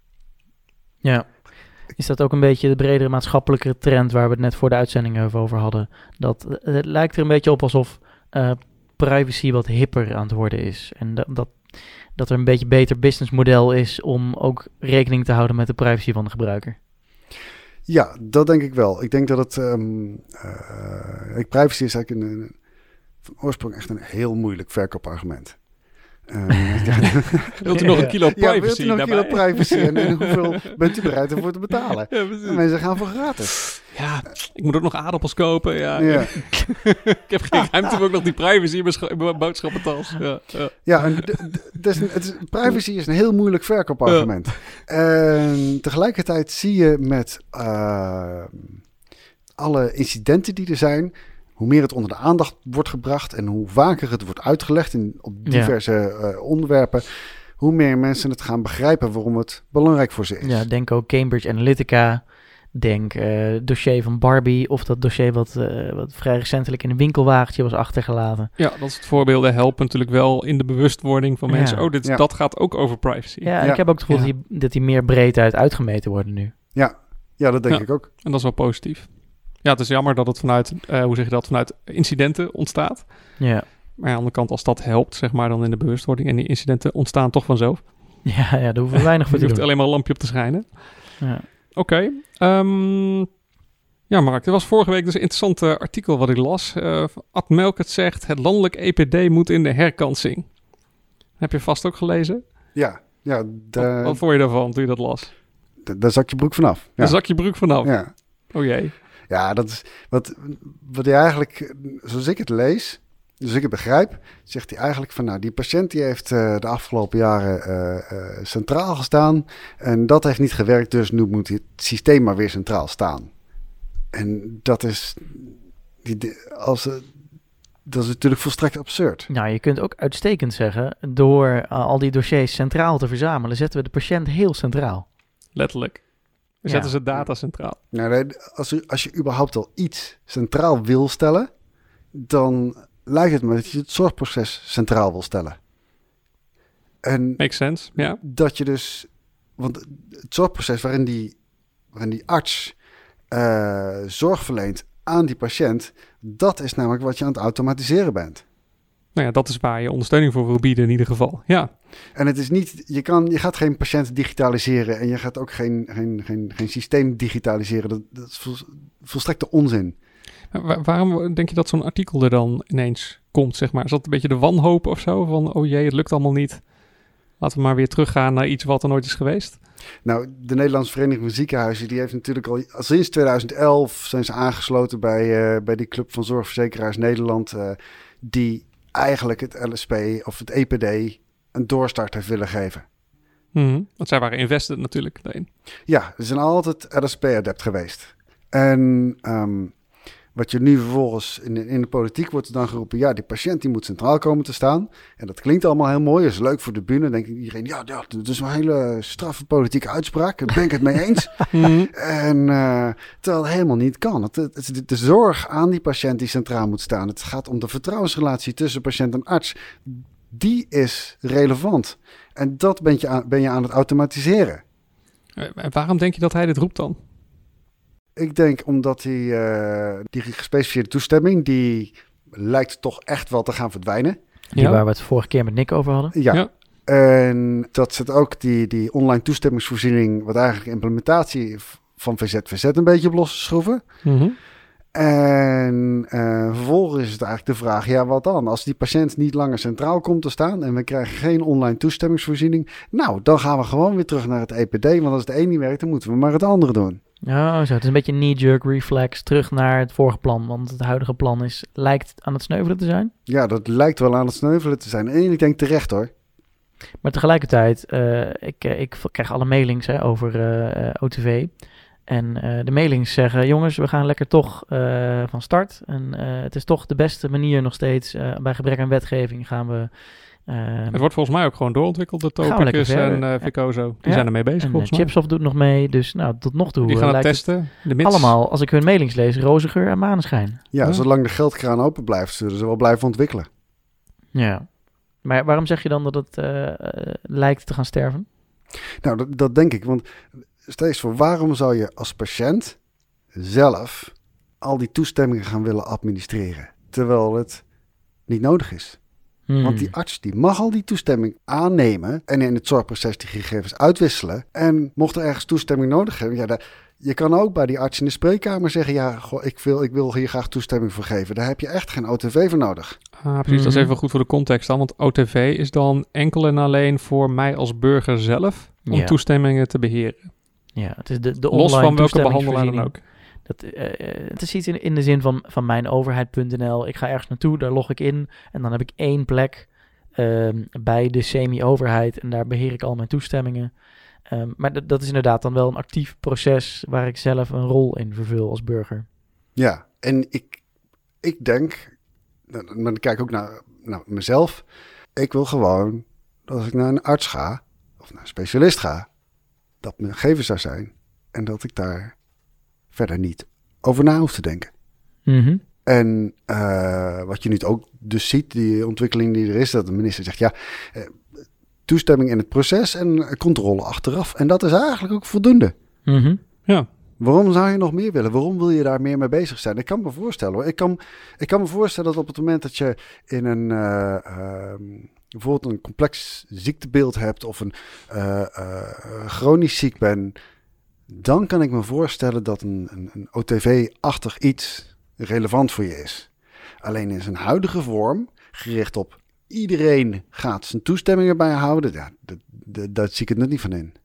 Ja. Is dat ook een beetje de bredere maatschappelijke trend waar we het net voor de uitzending over hadden? Dat het lijkt er een beetje op alsof uh, privacy wat hipper aan het worden is. En dat, dat, dat er een beetje beter businessmodel is om ook rekening te houden met de privacy van de gebruiker. Ja, dat denk ik wel. Ik denk dat het... Um, uh, privacy is eigenlijk een, een, van oorsprong echt een heel moeilijk verkoopargument. Um, wilt u nog een kilo privacy ja, wilt u nog een kilo privacy en, en hoeveel bent u bereid ervoor te betalen? Ja, en mensen gaan voor gratis. Ja, ik moet ook nog aardappels kopen. Ja, ja. Ik heb geen ruimte om ook nog die privacy in mijn, scho- in mijn boodschappentas. Ja, ja. ja en d- d- d- is een, het is, privacy is een heel moeilijk verkoopargument. Ja. En tegelijkertijd zie je met... Uh, alle incidenten die er zijn, hoe meer het onder de aandacht wordt gebracht en hoe vaker het wordt uitgelegd in, op diverse ja. uh, onderwerpen, hoe meer mensen het gaan begrijpen waarom het belangrijk voor ze is. Ja, denk ook Cambridge Analytica. Denk uh, dossier van Barbie of dat dossier wat, uh, wat vrij recentelijk in een winkelwagentje was achtergelaten. Ja, dat soort voorbeelden helpen natuurlijk wel in de bewustwording van mensen. Ja. Oh, dit, ja. dat gaat ook over privacy. Ja, en ja. ik heb ook het gevoel ja. dat, die, dat die meer breed uit uitgemeten worden nu. Ja, ja dat denk ja. ik ook. En dat is wel positief. Ja, het is jammer dat het vanuit, uh, hoe zeg je dat, vanuit incidenten ontstaat. Ja. Maar aan de andere kant, als dat helpt, zeg maar, dan in de bewustwording en die incidenten ontstaan toch vanzelf. Ja, ja daar hoeven we weinig voor te doen. Je hoeft alleen maar een lampje op te schijnen. Ja. Oké. Okay. Um, ja, Mark, er was vorige week dus een interessant uh, artikel wat ik las. Uh, Ad Melkert zegt, het landelijk E P D moet in de herkansing. Heb je vast ook gelezen? Ja. ja de, wat, wat vond je daarvan toen je dat las? Daar zak je broek vanaf. Ja. Daar zak je broek vanaf? Ja. Oh jee. Ja, dat is wat, wat hij eigenlijk, zoals ik het lees, dus ik het begrijp, zegt hij eigenlijk van, nou, die patiënt die heeft uh, de afgelopen jaren uh, uh, centraal gestaan en dat heeft niet gewerkt, dus nu moet het systeem maar weer centraal staan. En dat is, die, als, uh, dat is natuurlijk volstrekt absurd. Nou, je kunt ook uitstekend zeggen, door uh, al die dossiers centraal te verzamelen, zetten we de patiënt heel centraal. Letterlijk. We ja. zetten ze data centraal. Nou, als, u, als je überhaupt al iets centraal wil stellen, dan lijkt het me dat je het zorgproces centraal wil stellen. En Makes sense, ja. Dat je dus, want het zorgproces waarin die, waarin die arts uh, zorg verleent aan die patiënt, dat is namelijk wat je aan het automatiseren bent. Nou ja, dat is waar je ondersteuning voor wil bieden in ieder geval, ja. En het is niet, je, kan, je gaat geen patiënt digitaliseren en je gaat ook geen, geen, geen, geen systeem digitaliseren. Dat, dat is vol, volstrekte onzin. Waar, waarom denk je dat zo'n artikel er dan ineens komt, zeg maar? Is dat een beetje de wanhoop of zo? Van, oh jee, het lukt allemaal niet. Laten we maar weer teruggaan naar iets wat er nooit is geweest. Nou, de Nederlandse Vereniging van Ziekenhuizen, die heeft natuurlijk al sinds tweeduizend elf zijn ze aangesloten bij, uh, bij die Club van Zorgverzekeraars Nederland, uh, die eigenlijk het L S P of het E P D een doorstart heeft willen geven. Mm-hmm. Want zij waren invested natuurlijk daarin. Ja, ze zijn altijd L S P-adept geweest. En um, wat je nu vervolgens in de, in de politiek wordt er dan geroepen, ja, die patiënt die moet centraal komen te staan. En dat klinkt allemaal heel mooi, is leuk voor de bühne. Dan denkt iedereen, ja, ja, dat is een hele straffe politieke uitspraak. Daar ben ik het mee eens. mm-hmm. En uh, terwijl het helemaal niet kan. Het, het, het, de zorg aan die patiënt die centraal moet staan. Het gaat om de vertrouwensrelatie tussen patiënt en arts. Die is relevant. En dat ben je aan, ben je aan het automatiseren. En waarom denk je dat hij dit roept dan? Ik denk omdat die, uh, die gespecificeerde toestemming, die lijkt toch echt wel te gaan verdwijnen. Die ja. waar we het vorige keer met Nick over hadden. Ja. ja. En dat zit ook die, die online toestemmingsvoorziening, wat eigenlijk de implementatie van V Z V Z een beetje op los te schroeven. Mm-hmm. En uh, vervolgens is het eigenlijk de vraag, ja, wat dan? Als die patiënt niet langer centraal komt te staan en we krijgen geen online toestemmingsvoorziening, nou, dan gaan we gewoon weer terug naar het E P D, want als het een niet werkt, dan moeten we maar het andere doen. Ja, zo. Het is een beetje een knee-jerk reflex terug naar het vorige plan, want het huidige plan is, lijkt aan het sneuvelen te zijn. Ja, dat lijkt wel aan het sneuvelen te zijn. En ik denk terecht, hoor. Maar tegelijkertijd, uh, ik, ik krijg alle mailings hè, over uh, O T V. En uh, de mailings zeggen, jongens, we gaan lekker toch uh, van start. En uh, het is toch de beste manier nog steeds. Uh, bij gebrek aan wetgeving gaan we... Uh, het wordt volgens mij ook gewoon doorontwikkeld door Topicus en uh, Vicoso. Die ja. zijn ermee bezig en, volgens mij. Chipsoft doet nog mee, dus nou, tot nog toe... Die gaan uh, het testen, de mits. Allemaal, als ik hun mailings lees, roze geur en maneschijn. Ja, ja, zolang de geldkraan open blijft, zullen ze wel blijven ontwikkelen. Ja, maar waarom zeg je dan dat het uh, uh, lijkt te gaan sterven? Nou, dat, dat denk ik, want stel eens voor, waarom zou je als patiënt zelf al die toestemmingen gaan willen administreren, terwijl het niet nodig is? Hmm. Want die arts die mag al die toestemming aannemen en in het zorgproces die gegevens uitwisselen. En mocht er ergens toestemming nodig hebben, ja, daar, je kan ook bij die arts in de spreekkamer zeggen, ja, goh, ik, wil, ik wil hier graag toestemming voor geven. Daar heb je echt geen O T V voor nodig. Ah, precies, mm-hmm. Dat is even goed voor de context dan, want O T V is dan enkel en alleen voor mij als burger zelf om ja. toestemmingen te beheren. Ja, het is de, de online los van welke behandelaar dan ook. Dat, uh, het is iets in, in de zin van, van mijnoverheid punt n l. Ik ga ergens naartoe, daar log ik in en dan heb ik één plek uh, bij de semi-overheid en daar beheer ik al mijn toestemmingen. Um, maar d- dat is inderdaad dan wel een actief proces waar ik zelf een rol in vervul als burger. Ja, en ik, ik denk, maar dan kijk ik ook naar, naar mezelf. Ik wil gewoon dat als ik naar een arts ga, of naar een specialist ga, dat mijn gegevens daar zijn. En dat ik daar verder niet over na hoef te denken. Mm-hmm. En uh, wat je nu ook dus ziet, die ontwikkeling die er is, dat de minister zegt, ja, uh, toestemming in het proces en controle achteraf. En dat is eigenlijk ook voldoende. Mm-hmm. Ja. Waarom zou je nog meer willen? Waarom wil je daar meer mee bezig zijn? Ik kan me voorstellen hoor. Ik kan, ik kan me voorstellen dat op het moment dat je in een uh, uh, bijvoorbeeld een complex ziektebeeld hebt of een uh, uh, chronisch ziek bent, dan kan ik me voorstellen dat een, een, een O T V-achtig iets relevant voor je is. Alleen in zijn huidige vorm, gericht op iedereen gaat zijn toestemmingen bijhouden, ja, daar zie ik het net niet van in.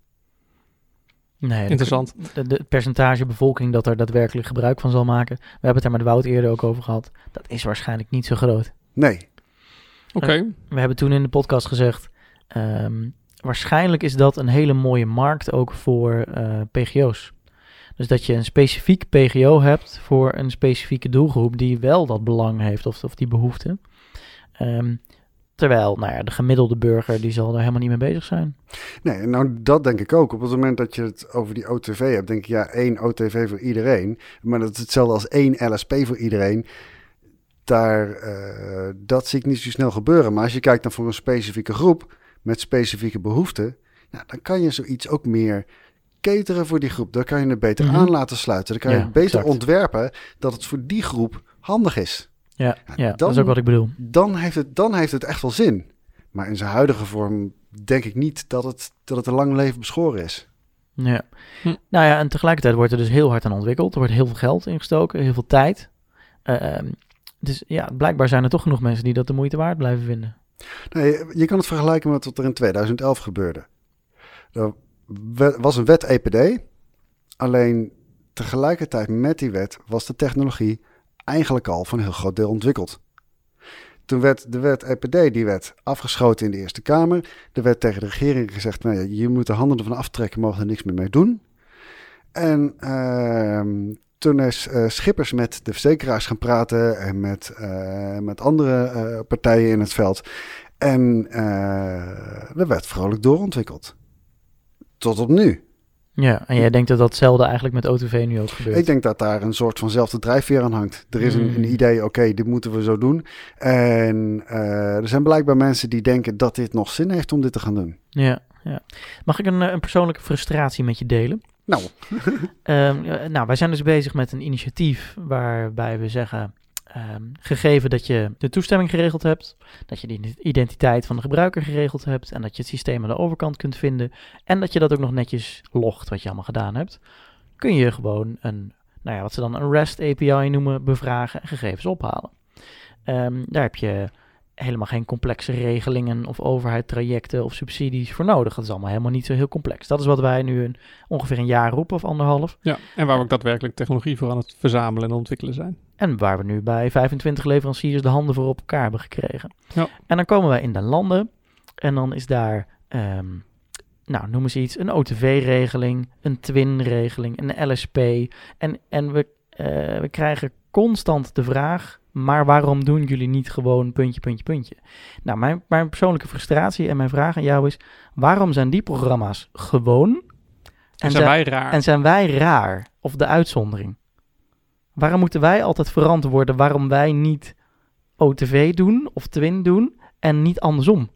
Nee, Interessant. Het de, de percentage bevolking dat er daadwerkelijk gebruik van zal maken. We hebben het daar met Wout eerder ook over gehad. Dat is waarschijnlijk niet zo groot. Nee. Oké. Okay. Uh, we hebben toen in de podcast gezegd, um, waarschijnlijk is dat een hele mooie markt ook voor uh, P G O's. Dus dat je een specifiek P G O hebt voor een specifieke doelgroep die wel dat belang heeft of, of die behoefte. Um, Terwijl, nou ja, de gemiddelde burger, die zal daar helemaal niet mee bezig zijn. Nee, nou dat denk ik ook. Op het moment dat je het over die O T V hebt, denk ik, ja, één O T V voor iedereen. Maar dat is hetzelfde als één L S P voor iedereen. Daar, uh, dat zie ik niet zo snel gebeuren. Maar als je kijkt dan voor een specifieke groep met specifieke behoeften, nou, dan kan je zoiets ook meer cateren voor die groep. Dan kan je het beter mm-hmm. aan laten sluiten. Dan kan je ja, het beter exact. ontwerpen dat het voor die groep handig is. Ja, ja, ja dan, dat is ook wat ik bedoel. Dan heeft, het, dan heeft het echt wel zin. Maar in zijn huidige vorm denk ik niet dat het, dat het een lang leven beschoren is. Ja. Hm. Nou ja, en tegelijkertijd wordt er dus heel hard aan ontwikkeld. Er wordt heel veel geld ingestoken, heel veel tijd. Uh, dus ja, blijkbaar zijn er toch genoeg mensen die dat de moeite waard blijven vinden. Nee, je kan het vergelijken met wat er in twintig elf gebeurde. Er was een wet E P D. Alleen tegelijkertijd met die wet was de technologie eigenlijk al van een heel groot deel ontwikkeld. Toen werd de wet E P D, die werd afgeschoten in de Eerste Kamer. Er werd tegen de regering gezegd, nou ja, je moet de handen ervan aftrekken, mogen er niks meer mee doen. En uh, toen is uh, Schippers met de verzekeraars gaan praten en met, uh, met andere uh, partijen in het veld. En uh, er werd vrolijk doorontwikkeld. Tot op nu. Ja, en jij denkt dat datzelfde eigenlijk met O T V nu ook gebeurt? Ik denk dat daar een soort vanzelfde drijfveer aan hangt. Er is mm. een, een idee, oké, okay, dit moeten we zo doen. En uh, er zijn blijkbaar mensen die denken dat dit nog zin heeft om dit te gaan doen. Ja, ja. Mag ik een, een persoonlijke frustratie met je delen? Nou. um, nou, wij zijn dus bezig met een initiatief waarbij we zeggen, Um, gegeven dat je de toestemming geregeld hebt, dat je de identiteit van de gebruiker geregeld hebt en dat je het systeem aan de overkant kunt vinden en dat je dat ook nog netjes logt wat je allemaal gedaan hebt, kun je gewoon een, nou ja, wat ze dan een REST A P I noemen, bevragen en gegevens ophalen. Um, daar heb je helemaal geen complexe regelingen of overheidstrajecten of subsidies voor nodig. Dat is allemaal helemaal niet zo heel complex. Dat is wat wij nu een, ongeveer een jaar roepen of anderhalf. Ja, en waar we ook daadwerkelijk technologie voor aan het verzamelen en ontwikkelen zijn. En waar we nu bij vijfentwintig leveranciers de handen voor op elkaar hebben gekregen. Ja. En dan komen wij in de landen en dan is daar, um, nou noem eens iets, een O T V-regeling, een Twin-regeling, een L S P. En, en we, uh, we krijgen constant de vraag, maar waarom doen jullie niet gewoon puntje, puntje, puntje? Nou, mijn, mijn persoonlijke frustratie en mijn vraag aan jou is, waarom zijn die programma's gewoon en, en zijn wij raar? En zijn wij raar, of de uitzondering? Waarom moeten wij altijd verantwoorden waarom wij niet O T V doen of Twin doen en niet andersom?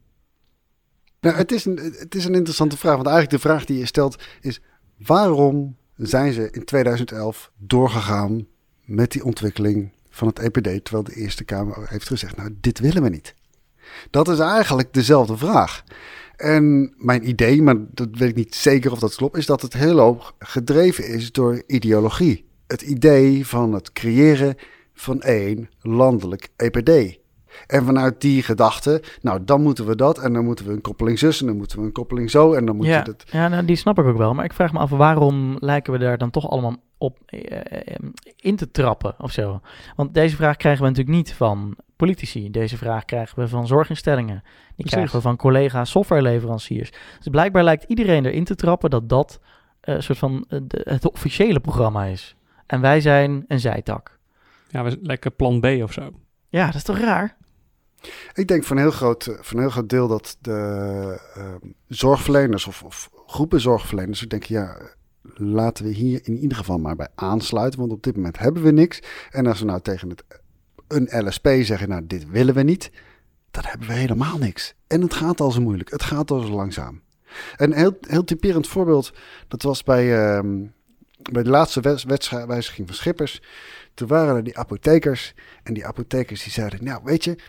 Nou, het is een, het is een interessante vraag, want eigenlijk de vraag die je stelt is, waarom zijn ze in twintig elf doorgegaan met die ontwikkeling van het E P D, terwijl de Eerste Kamer heeft gezegd, nou, dit willen we niet. Dat is eigenlijk dezelfde vraag. En mijn idee, maar dat weet ik niet zeker of dat klopt, is dat het heel hoog gedreven is door ideologie. Het idee van het creëren van één landelijk E P D. En vanuit die gedachte, nou, dan moeten we dat en dan moeten we een koppeling zus en dan moeten we een koppeling zo en dan moet ja, je dat... Ja, nou, die snap ik ook wel. Maar ik vraag me af, waarom lijken we daar dan toch allemaal op uh, in te trappen of zo? Want deze vraag krijgen we natuurlijk niet van politici. Deze vraag krijgen we van zorginstellingen. Die Precies. krijgen we van collega softwareleveranciers. Dus blijkbaar lijkt iedereen erin te trappen dat dat uh, soort van uh, de, het officiële programma is. En wij zijn een zijtak. Ja, we lekker plan B of zo. Ja, dat is toch raar? Ik denk voor een heel groot, voor een heel groot deel dat de uh, zorgverleners of, of groepen zorgverleners denken, ja, laten we hier in ieder geval maar bij aansluiten, want op dit moment hebben we niks. En als we nou tegen het, een L S P zeggen, nou, dit willen we niet, dan hebben we helemaal niks. En het gaat al zo moeilijk, het gaat al zo langzaam. Een heel, heel typerend voorbeeld, dat was bij, um, bij de laatste wets, wetswijziging van Schippers. Toen waren er die apothekers en die apothekers die zeiden, nou, weet je,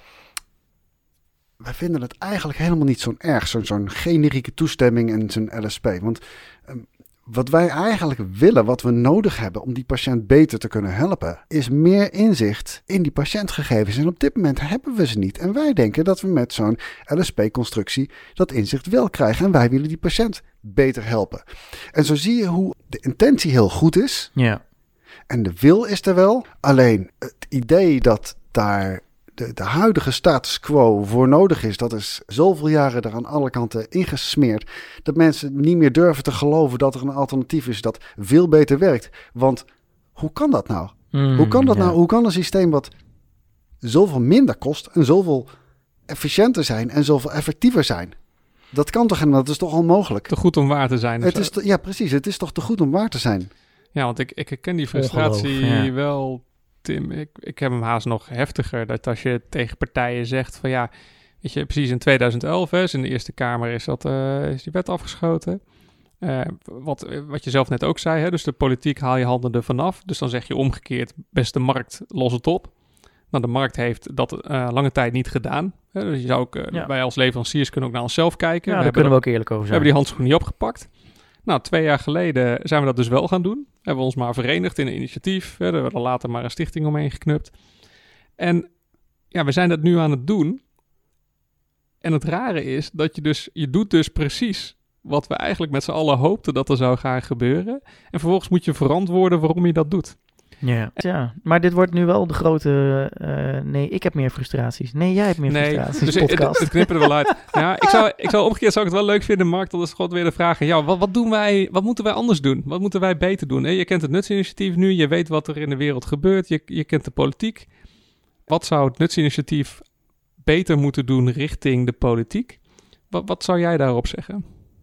wij vinden het eigenlijk helemaal niet zo'n erg, zo'n, zo'n generieke toestemming en zo'n L S P. Want um, wat wij eigenlijk willen, wat we nodig hebben om die patiënt beter te kunnen helpen, is meer inzicht in die patiëntgegevens. En op dit moment hebben we ze niet. En wij denken dat we met zo'n L S P-constructie dat inzicht wel krijgen. En wij willen die patiënt beter helpen. En zo zie je hoe de intentie heel goed is. Ja. En de wil is er wel. Alleen het idee dat daar de, de huidige status quo voor nodig is, dat is zoveel jaren er aan alle kanten ingesmeerd, dat mensen niet meer durven te geloven dat er een alternatief is dat veel beter werkt. Want hoe kan dat nou? Mm, hoe kan dat ja. nou? Hoe kan een systeem wat zoveel minder kost en zoveel efficiënter zijn en zoveel effectiever zijn? Dat kan toch en dat is toch onmogelijk? Te goed om waar te zijn. Het is te, ja, precies. Het is toch te goed om waar te zijn? Ja, want ik, ik herken die frustratie Ongeloof, ja. wel, Tim. Ik, ik heb hem haast nog heftiger. Dat als je tegen partijen zegt van ja, weet je, precies in tweeduizend elf, hè, is in de Eerste Kamer is, dat, uh, is die wet afgeschoten. Uh, wat, wat je zelf net ook zei, hè, dus de politiek haal je handen er vanaf. Dus dan zeg je omgekeerd, beste markt, los het op. Nou, de markt heeft dat uh, lange tijd niet gedaan. Hè, dus je zou ook, uh, Ja. wij als leveranciers kunnen ook naar onszelf kijken. Ja, we daar kunnen we ook eerlijk over We zijn. hebben die handschoen niet opgepakt. Nou, twee jaar geleden zijn we dat dus wel gaan doen. Hebben we ons maar verenigd in een initiatief. Hè, daar hebben we later maar een stichting omheen geknupt. En ja, we zijn dat nu aan het doen. En het rare is dat je dus, je doet dus precies wat we eigenlijk met z'n allen hoopten dat er zou gaan gebeuren. En vervolgens moet je verantwoorden waarom je dat doet. Ja. ja, maar dit wordt nu wel de grote... Uh, nee, ik heb meer frustraties. Nee, jij hebt meer Nee, frustraties. dus het, podcast. het knippen er wel uit. Ja, ik zou, ik zou omgekeerd zou ik het wel leuk vinden, Mark, dat is gewoon weer de vraag. Ja, wat, wat doen wij, wat moeten wij anders doen? Wat moeten wij beter doen? Hè? Je kent het Nutsinitiatief nu, je weet wat er in de wereld gebeurt, je, je kent de politiek. Wat zou het Nutsinitiatief beter moeten doen richting de politiek? Wat, wat zou jij daarop zeggen?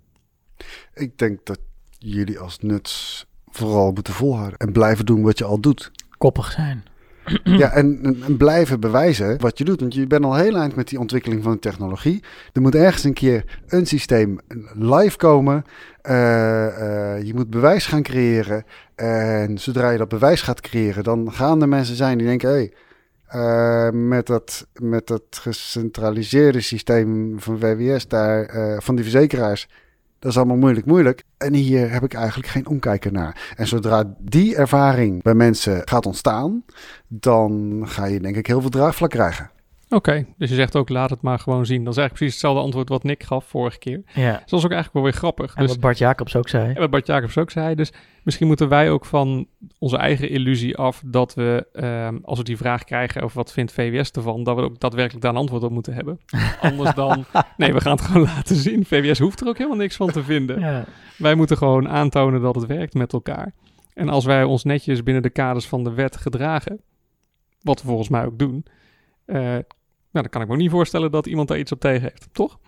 Ik denk dat jullie als Nuts vooral moeten volhouden en blijven doen wat je al doet. Koppig zijn. Ja, en, en, en blijven bewijzen wat je doet. Want je bent al heel eind met die ontwikkeling van de technologie. Er moet ergens een keer een systeem live komen. Uh, uh, je moet bewijs gaan creëren. En zodra je dat bewijs gaat creëren, dan gaan er mensen zijn die denken, hé, hey, uh, met, dat, met dat gecentraliseerde systeem van W W S daar, uh, van die verzekeraars, dat is allemaal moeilijk, moeilijk. En hier heb ik eigenlijk geen omkijken naar. En zodra die ervaring bij mensen gaat ontstaan, dan ga je denk ik heel veel draagvlak krijgen. Oké, okay, dus je zegt ook laat het maar gewoon zien. Dat is eigenlijk precies hetzelfde antwoord wat Nick gaf vorige keer. Ja. Dus dat is ook eigenlijk wel weer grappig. En dus, wat Bart Jacobs ook zei. En wat Bart Jacobs ook zei. Dus misschien moeten wij ook van onze eigen illusie af dat we, um, als we die vraag krijgen over wat vindt V W S ervan, dat we ook daadwerkelijk daar een antwoord op moeten hebben. Anders dan, nee, we gaan het gewoon laten zien. V W S hoeft er ook helemaal niks van te vinden. Ja. Wij moeten gewoon aantonen dat het werkt met elkaar. En als wij ons netjes binnen de kaders van de wet gedragen, wat we volgens mij ook doen, uh, nou, dan kan ik me ook niet voorstellen dat iemand daar iets op tegen heeft, toch?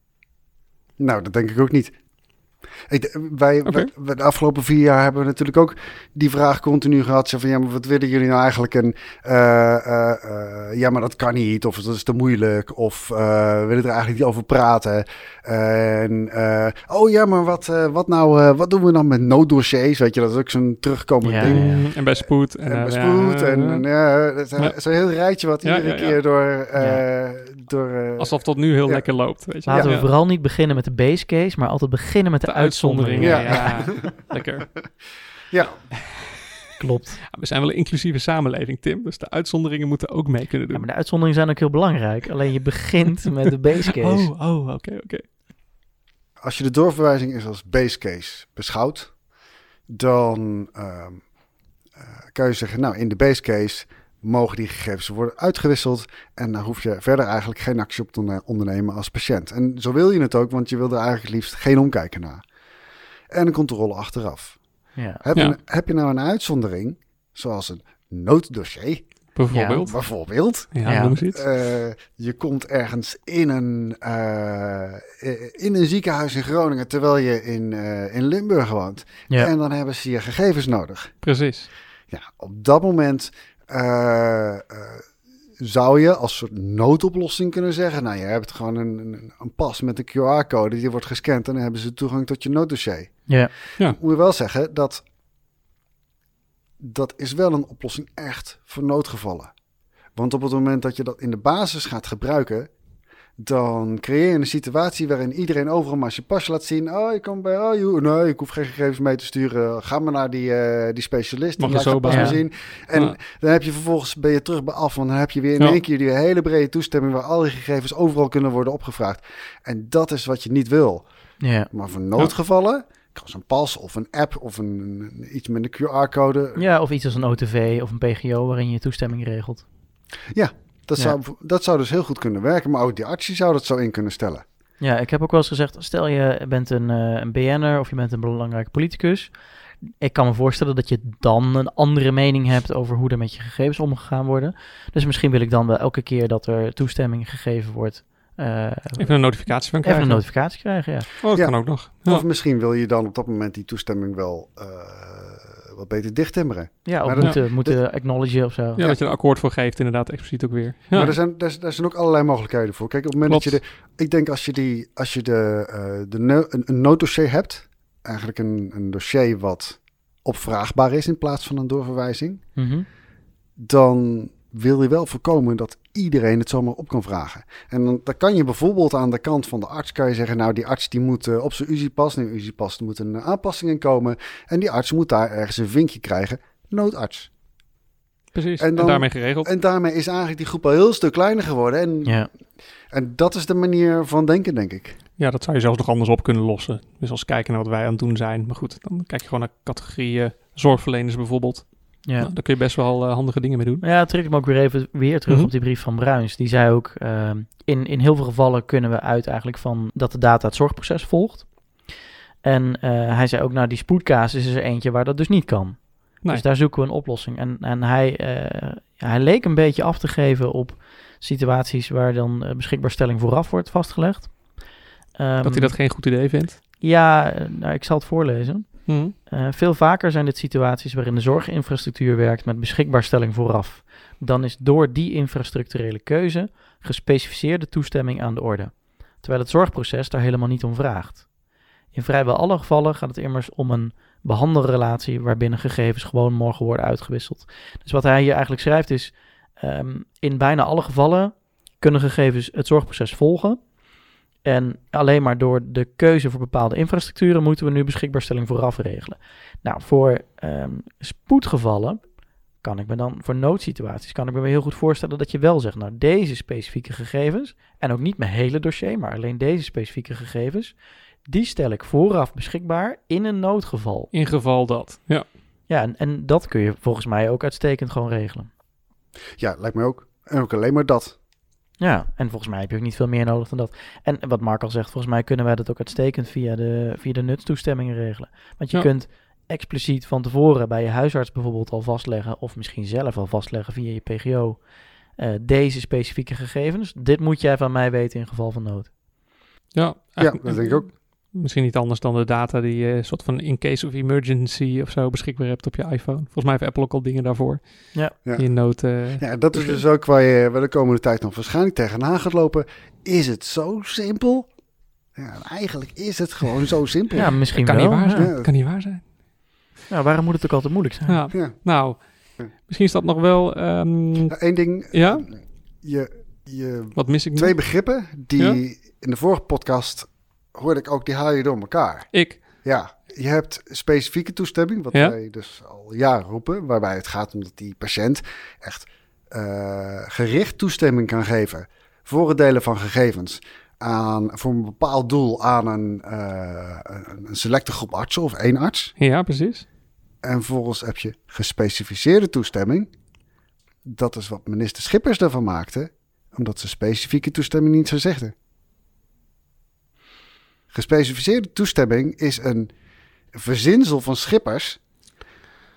Nou, dat denk ik ook niet. Ik, wij, okay. wij, de afgelopen vier jaar hebben we natuurlijk ook die vraag continu gehad. Zo van, ja, maar wat willen jullie nou eigenlijk? En uh, uh, uh, ja, maar dat kan niet. Of dat is te moeilijk. Of uh, we willen er eigenlijk niet over praten. En uh, oh ja, maar wat, uh, wat nou? Uh, wat doen we dan met nooddossiers? Weet je, dat is ook zo'n terugkomend ja, ding. Ja. En bij spoed. En, en bij uh, spoed. Ja, en, en ja, dat is ja. zo'n heel rijtje wat Ja, iedere ja, ja. keer door... Uh, Ja. door uh, alsof het tot nu heel ja. lekker loopt. Weet je. Laten ja. we vooral niet beginnen met de base case, maar altijd beginnen met de, De uitzonderingen. uitzonderingen. Ja, ja. Lekker. ja. Klopt. Ja, we zijn wel een inclusieve samenleving, Tim. Dus de uitzonderingen moeten ook mee kunnen doen. Ja, maar de uitzonderingen zijn ook heel belangrijk. Alleen je begint met de base case. Oh, oh, oké, okay, oké. Okay. Als je de doorverwijzing is als base case beschouwt, dan uh, uh, kan je zeggen, nou, in de base case mogen die gegevens worden uitgewisseld en daar hoef je verder eigenlijk geen actie op te ondernemen als patiënt. En zo wil je het ook, want je wil er eigenlijk liefst geen omkijken naar. En een controle achteraf. Ja. Heb, Ja. je, heb je nou een uitzondering, zoals een nooddossier, Bijvoorbeeld. Ja, Bijvoorbeeld. ja, Ja. noem eens iets. Uh, je komt ergens in een, uh, in een ziekenhuis in Groningen, terwijl je in, uh, in Limburg woont. Ja. En dan hebben ze je gegevens nodig. Precies. Ja, op dat moment uh, uh, zou je als soort noodoplossing kunnen zeggen, nou, je hebt gewoon een, een, een pas met een Q R-code, die wordt gescand en dan hebben ze toegang tot je nooddossier. Ja. Ja. Moet je wel zeggen, dat, dat is wel een oplossing echt voor noodgevallen. Want op het moment dat je dat in de basis gaat gebruiken, dan creëer je een situatie waarin iedereen overal maar zijn pasje laat zien. Oh, je kan bij, oh, joh, nee, ik hoef geen gegevens mee te sturen. Ga maar naar die, uh, die specialist. Mag die je laat zo je pas bij. maar zien. En Ja. dan heb je vervolgens, ben je terug bij af. Want dan heb je weer in Ja. één keer die hele brede toestemming waar al die gegevens overal kunnen worden opgevraagd. En dat is wat je niet wil. Ja. Maar voor noodgevallen, als een pas of een app of een, een- iets met een Q R-code. ja, of iets als een O T V of een P G O waarin je toestemming regelt. Dat, Ja. zou, dat zou dus heel goed kunnen werken. Maar ook die arts die zou dat zo in kunnen stellen. Ja, ik heb ook wel eens gezegd, stel je bent een, uh, een B N'er of je bent een belangrijke politicus. Ik kan me voorstellen dat je dan een andere mening hebt over hoe er met je gegevens omgegaan worden. Dus misschien wil ik dan wel elke keer dat er toestemming gegeven wordt, uh, Even een notificatie van even krijgen. een notificatie krijgen. Ja, Oh, dat Ja. kan ook nog. Ja. Of misschien wil je dan op dat moment die toestemming wel uh, wat beter dichttimmeren. ja of Maar dat- moeten, moeten acknowledgen of zo. Ja, dat je er akkoord voor geeft, inderdaad, expliciet ook weer. Ja. Maar er zijn, er, er zijn ook allerlei mogelijkheden voor. Kijk, op het moment Klopt. dat je de... Ik denk als je, die, als je de, uh, de no, een, een nooddossier hebt, eigenlijk een, een dossier wat opvraagbaar is in plaats van een doorverwijzing, Mhm. dan wil je wel voorkomen dat iedereen het zomaar op kan vragen. En dan, dan kan je bijvoorbeeld aan de kant van de arts kan je zeggen, nou, die arts die moet uh, op zijn U Z I-pas, nu U Z I-pas, er moet een uh, aanpassing in komen en die arts moet daar ergens een vinkje krijgen, noodarts. Precies. En En, dan- daarmee geregeld. En daarmee is eigenlijk die groep al heel stuk kleiner geworden. En, Ja. en dat is de manier van denken, denk ik. Ja, dat zou je zelfs nog anders op kunnen lossen. Dus als kijken naar wat wij aan het doen zijn. Maar goed, dan kijk je gewoon naar categorieën zorgverleners bijvoorbeeld. Ja. Nou, daar kun je best wel uh, handige dingen mee doen. Ja, trek ik me ook weer even weer terug Mhm. op die brief van Bruins. Die zei ook, uh, in, in heel veel gevallen kunnen we uit eigenlijk van dat de data het zorgproces volgt. En uh, hij zei ook, nou die spoedcasus is er eentje waar dat dus niet kan. Nee. Dus daar zoeken we een oplossing. En, en hij, uh, ja, hij leek een beetje af te geven op situaties waar dan uh, beschikbaarstelling vooraf wordt vastgelegd. Um, Dat hij dat geen goed idee vindt. Ja, uh, nou, ik zal het voorlezen. Mhm. Uh, veel vaker zijn dit situaties waarin de zorginfrastructuur werkt met beschikbaarstelling vooraf. Dan is door die infrastructurele keuze gespecificeerde toestemming aan de orde, terwijl het zorgproces daar helemaal niet om vraagt. In vrijwel alle gevallen gaat het immers om een behandelrelatie waarbinnen gegevens gewoon mogen worden uitgewisseld. Dus wat hij hier eigenlijk schrijft is, um, in bijna alle gevallen kunnen gegevens het zorgproces volgen. En alleen maar door de keuze voor bepaalde infrastructuren moeten we nu beschikbaarstelling vooraf regelen. Nou, voor um, spoedgevallen kan ik me dan, voor noodsituaties, kan ik me heel goed voorstellen dat je wel zegt, nou deze specifieke gegevens, en ook niet mijn hele dossier, maar alleen deze specifieke gegevens, die stel ik vooraf beschikbaar in een noodgeval. In geval dat. Ja. Ja, en, en dat kun je volgens mij ook uitstekend gewoon regelen. Ja, lijkt me ook. En ook alleen maar dat. Ja, en volgens mij heb je ook niet veel meer nodig dan dat. En wat Mark al zegt, volgens mij kunnen wij dat ook uitstekend via de, via de nutstoestemmingen regelen. Want je Ja. kunt expliciet van tevoren bij je huisarts bijvoorbeeld al vastleggen, of misschien zelf al vastleggen via je P G O, uh, deze specifieke gegevens. Dit moet jij van mij weten in geval van nood. Ja, Ja, dat denk ik ook. Misschien niet anders dan de data die je soort van in case of emergency of zo beschikbaar hebt op je iPhone. Volgens mij heeft Apple ook al dingen daarvoor. Ja. Ja. Die in nood... Uh, Ja, dat is dus ook waar je waar de komende tijd nog waarschijnlijk tegenaan gaat lopen. Is het zo simpel? Ja, eigenlijk is het gewoon zo simpel. Ja, misschien kan wel. niet waar zijn. Ja. Kan niet waar zijn. Ja, waarom moet het ook altijd moeilijk zijn? Ja. Ja. Nou, misschien is dat nog wel... Um, Nou, Eén ding. Ja? Je, je wat mis ik nu? twee begrippen die Ja? in de vorige podcast hoorde ik ook, die haal je door elkaar. Ik. Ja, je hebt specifieke toestemming, wat Ja? wij dus al jaren roepen, waarbij het gaat om dat die patiënt echt uh, gericht toestemming kan geven voor het delen van gegevens aan, voor een bepaald doel aan een, uh, een, een selecte groep artsen of één arts. Ja, precies. En vervolgens heb je gespecificeerde toestemming. Dat is wat minister Schippers daarvan maakte, omdat ze specifieke toestemming niet zo zegden. Gespecificeerde toestemming is een verzinsel van Schippers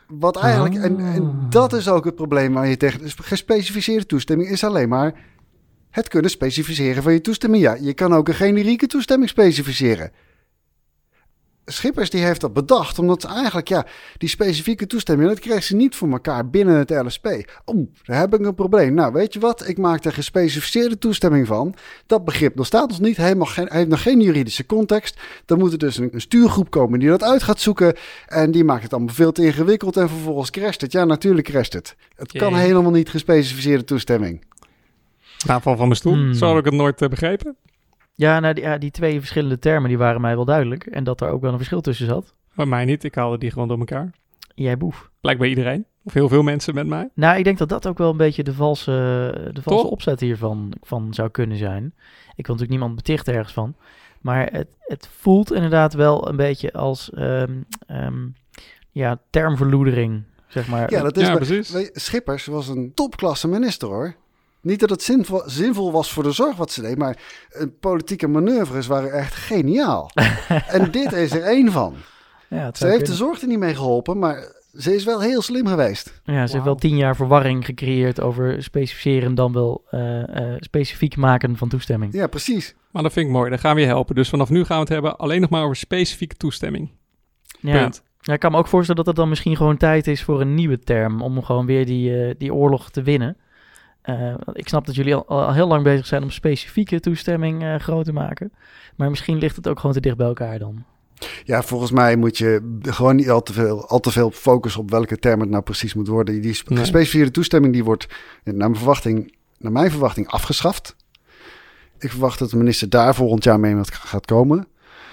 Wat eigenlijk, en, en dat is ook het probleem waar je tegen... Dus gespecificeerde toestemming is alleen maar het kunnen specificeren van je toestemming. Ja, je kan ook een generieke toestemming specificeren. Schippers die heeft dat bedacht, omdat ze eigenlijk, ja, die specifieke toestemming, dat krijgt ze niet voor elkaar binnen het L S P. Oeh, daar heb ik een probleem. Nou, weet je wat? Ik maak er gespecificeerde toestemming van. Dat begrip nog staat ons niet, helemaal geen, heeft nog geen juridische context. Dan moet er dus een, een stuurgroep komen die dat uit gaat zoeken. En die maakt het allemaal veel te ingewikkeld en vervolgens crasht het. Ja, natuurlijk crasht het. Het kan Jee. helemaal niet gespecificeerde toestemming. Nou, val van mijn stoel. Hmm. Zo had ik het nooit uh, begrepen. Ja, nou, die, ja, die twee verschillende termen die waren mij wel duidelijk. En dat er ook wel een verschil tussen zat. Bij mij niet. Ik haalde die gewoon door elkaar. Jij boef. Blijkbaar iedereen. Of heel veel mensen met mij. Nou, ik denk dat dat ook wel een beetje de valse, de valse Toch? opzet hiervan van zou kunnen zijn. Ik wil natuurlijk niemand betichten ergens van. Maar het, het voelt inderdaad wel een beetje als um, um, ja, termverloedering, zeg maar. Ja, dat is Ja, bij- precies. weet je, Schippers was een topklasse minister, hoor. Niet dat het zinvol, zinvol was voor de zorg wat ze deed, maar uh, politieke manoeuvres waren echt geniaal. En dit is er één van. Ja, het Ze zou heeft de kunnen. zorg er niet mee geholpen, maar ze is wel heel slim geweest. Ja, ze heeft Wauw. wel tien jaar verwarring gecreëerd over specificeren dan wel uh, uh, specifiek maken van toestemming. Ja, precies. Maar dat vind ik mooi. Dan gaan we je helpen. Dus vanaf nu gaan we het hebben alleen nog maar over specifieke toestemming. Ja. Punt. Ja, ik kan me ook voorstellen dat het dan misschien gewoon tijd is voor een nieuwe term om gewoon weer die, uh, die oorlog te winnen. Uh, ik snap dat jullie al, al heel lang bezig zijn om specifieke toestemming uh, groot te maken. Maar misschien ligt het ook gewoon te dicht bij elkaar dan. Ja, volgens mij moet je gewoon niet al te veel, al te veel focussen op welke term het nou precies moet worden. Die sp- Nee. gespecificeerde toestemming die wordt naar mijn verwachting, naar mijn verwachting afgeschaft. Ik verwacht dat de minister daar volgend jaar mee met gaat komen.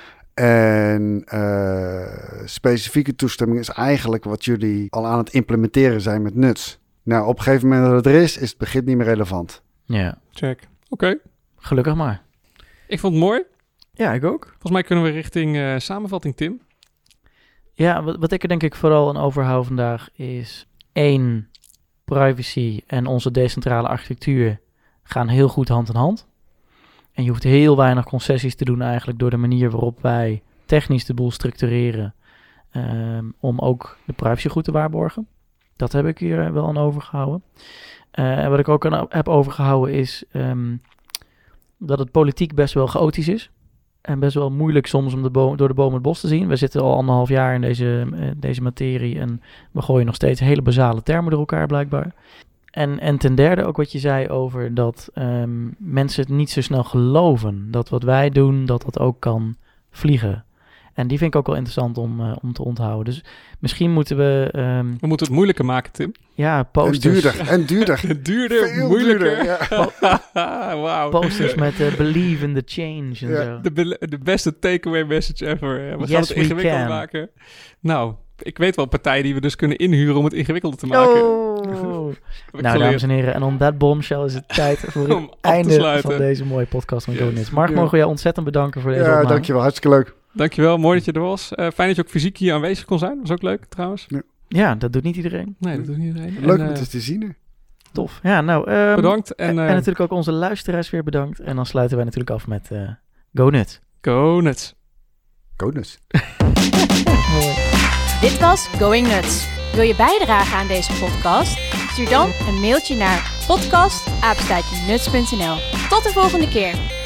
En uh, specifieke toestemming is eigenlijk wat jullie al aan het implementeren zijn met nuts. Nou, op een gegeven moment dat het er is, is het begrip niet meer relevant. Ja, Check. Oké. gelukkig maar. Ik vond het mooi. Ja, ik ook. Volgens mij kunnen we richting uh, samenvatting, Tim. Ja, wat, wat ik er denk ik vooral aan overhoud vandaag is één, privacy en onze decentrale architectuur gaan heel goed hand in hand. En je hoeft heel weinig concessies te doen eigenlijk door de manier waarop wij technisch de boel structureren um, om ook de privacy goed te waarborgen. Dat heb ik hier wel aan overgehouden. Uh, en wat ik ook aan heb overgehouden is um, dat het politiek best wel chaotisch is. En best wel moeilijk soms om de boom, door de boom het bos te zien. We zitten al anderhalf jaar in deze, uh, deze materie en we gooien nog steeds hele basale termen door elkaar blijkbaar. En, en ten derde ook wat je zei over dat um, mensen het niet zo snel geloven. Dat wat wij doen, dat dat ook kan vliegen. En die vind ik ook wel interessant om, uh, om te onthouden. Dus misschien moeten we... Um, We moeten het moeilijker maken, Tim. ja, posters... En duurder, en duurder. Duurder, Veel moeilijker. duurder, ja. Wauw. Posters met uh, believe in the change en Ja. zo. De, be- de beste takeaway message ever. Ja, we gaan Yes, het we ingewikkeld can. maken. Nou, ik weet wel partijen die we dus kunnen inhuren om het ingewikkelder te maken. Oh. Heb ik Nou, geleerd. dames en heren, en on that bombshell is het tijd voor Om het af te einde sluiten. van deze mooie podcast van Yes. GoNuts. Mark, Ja. mogen we jou ontzettend bedanken voor deze Ja, opname. dankjewel. Hartstikke leuk. Dankjewel, mooi dat je er was. Uh, fijn dat je ook fysiek hier aanwezig kon zijn. Was ook leuk, trouwens. Ja, dat doet niet iedereen. Nee, dat doet niet iedereen. Leuk En, om uh, het te zien. Tof. Ja, nou... Um, bedankt. En, En, uh, en natuurlijk ook onze luisteraars weer bedankt. En dan sluiten wij natuurlijk af met uh, GoNuts. go nuts. Bonus. Mooi. Dit was Going Nuts. Wil je bijdragen aan deze podcast? Stuur dan een mailtje naar podcast apenstaartje nuts punt n l. Tot de volgende keer.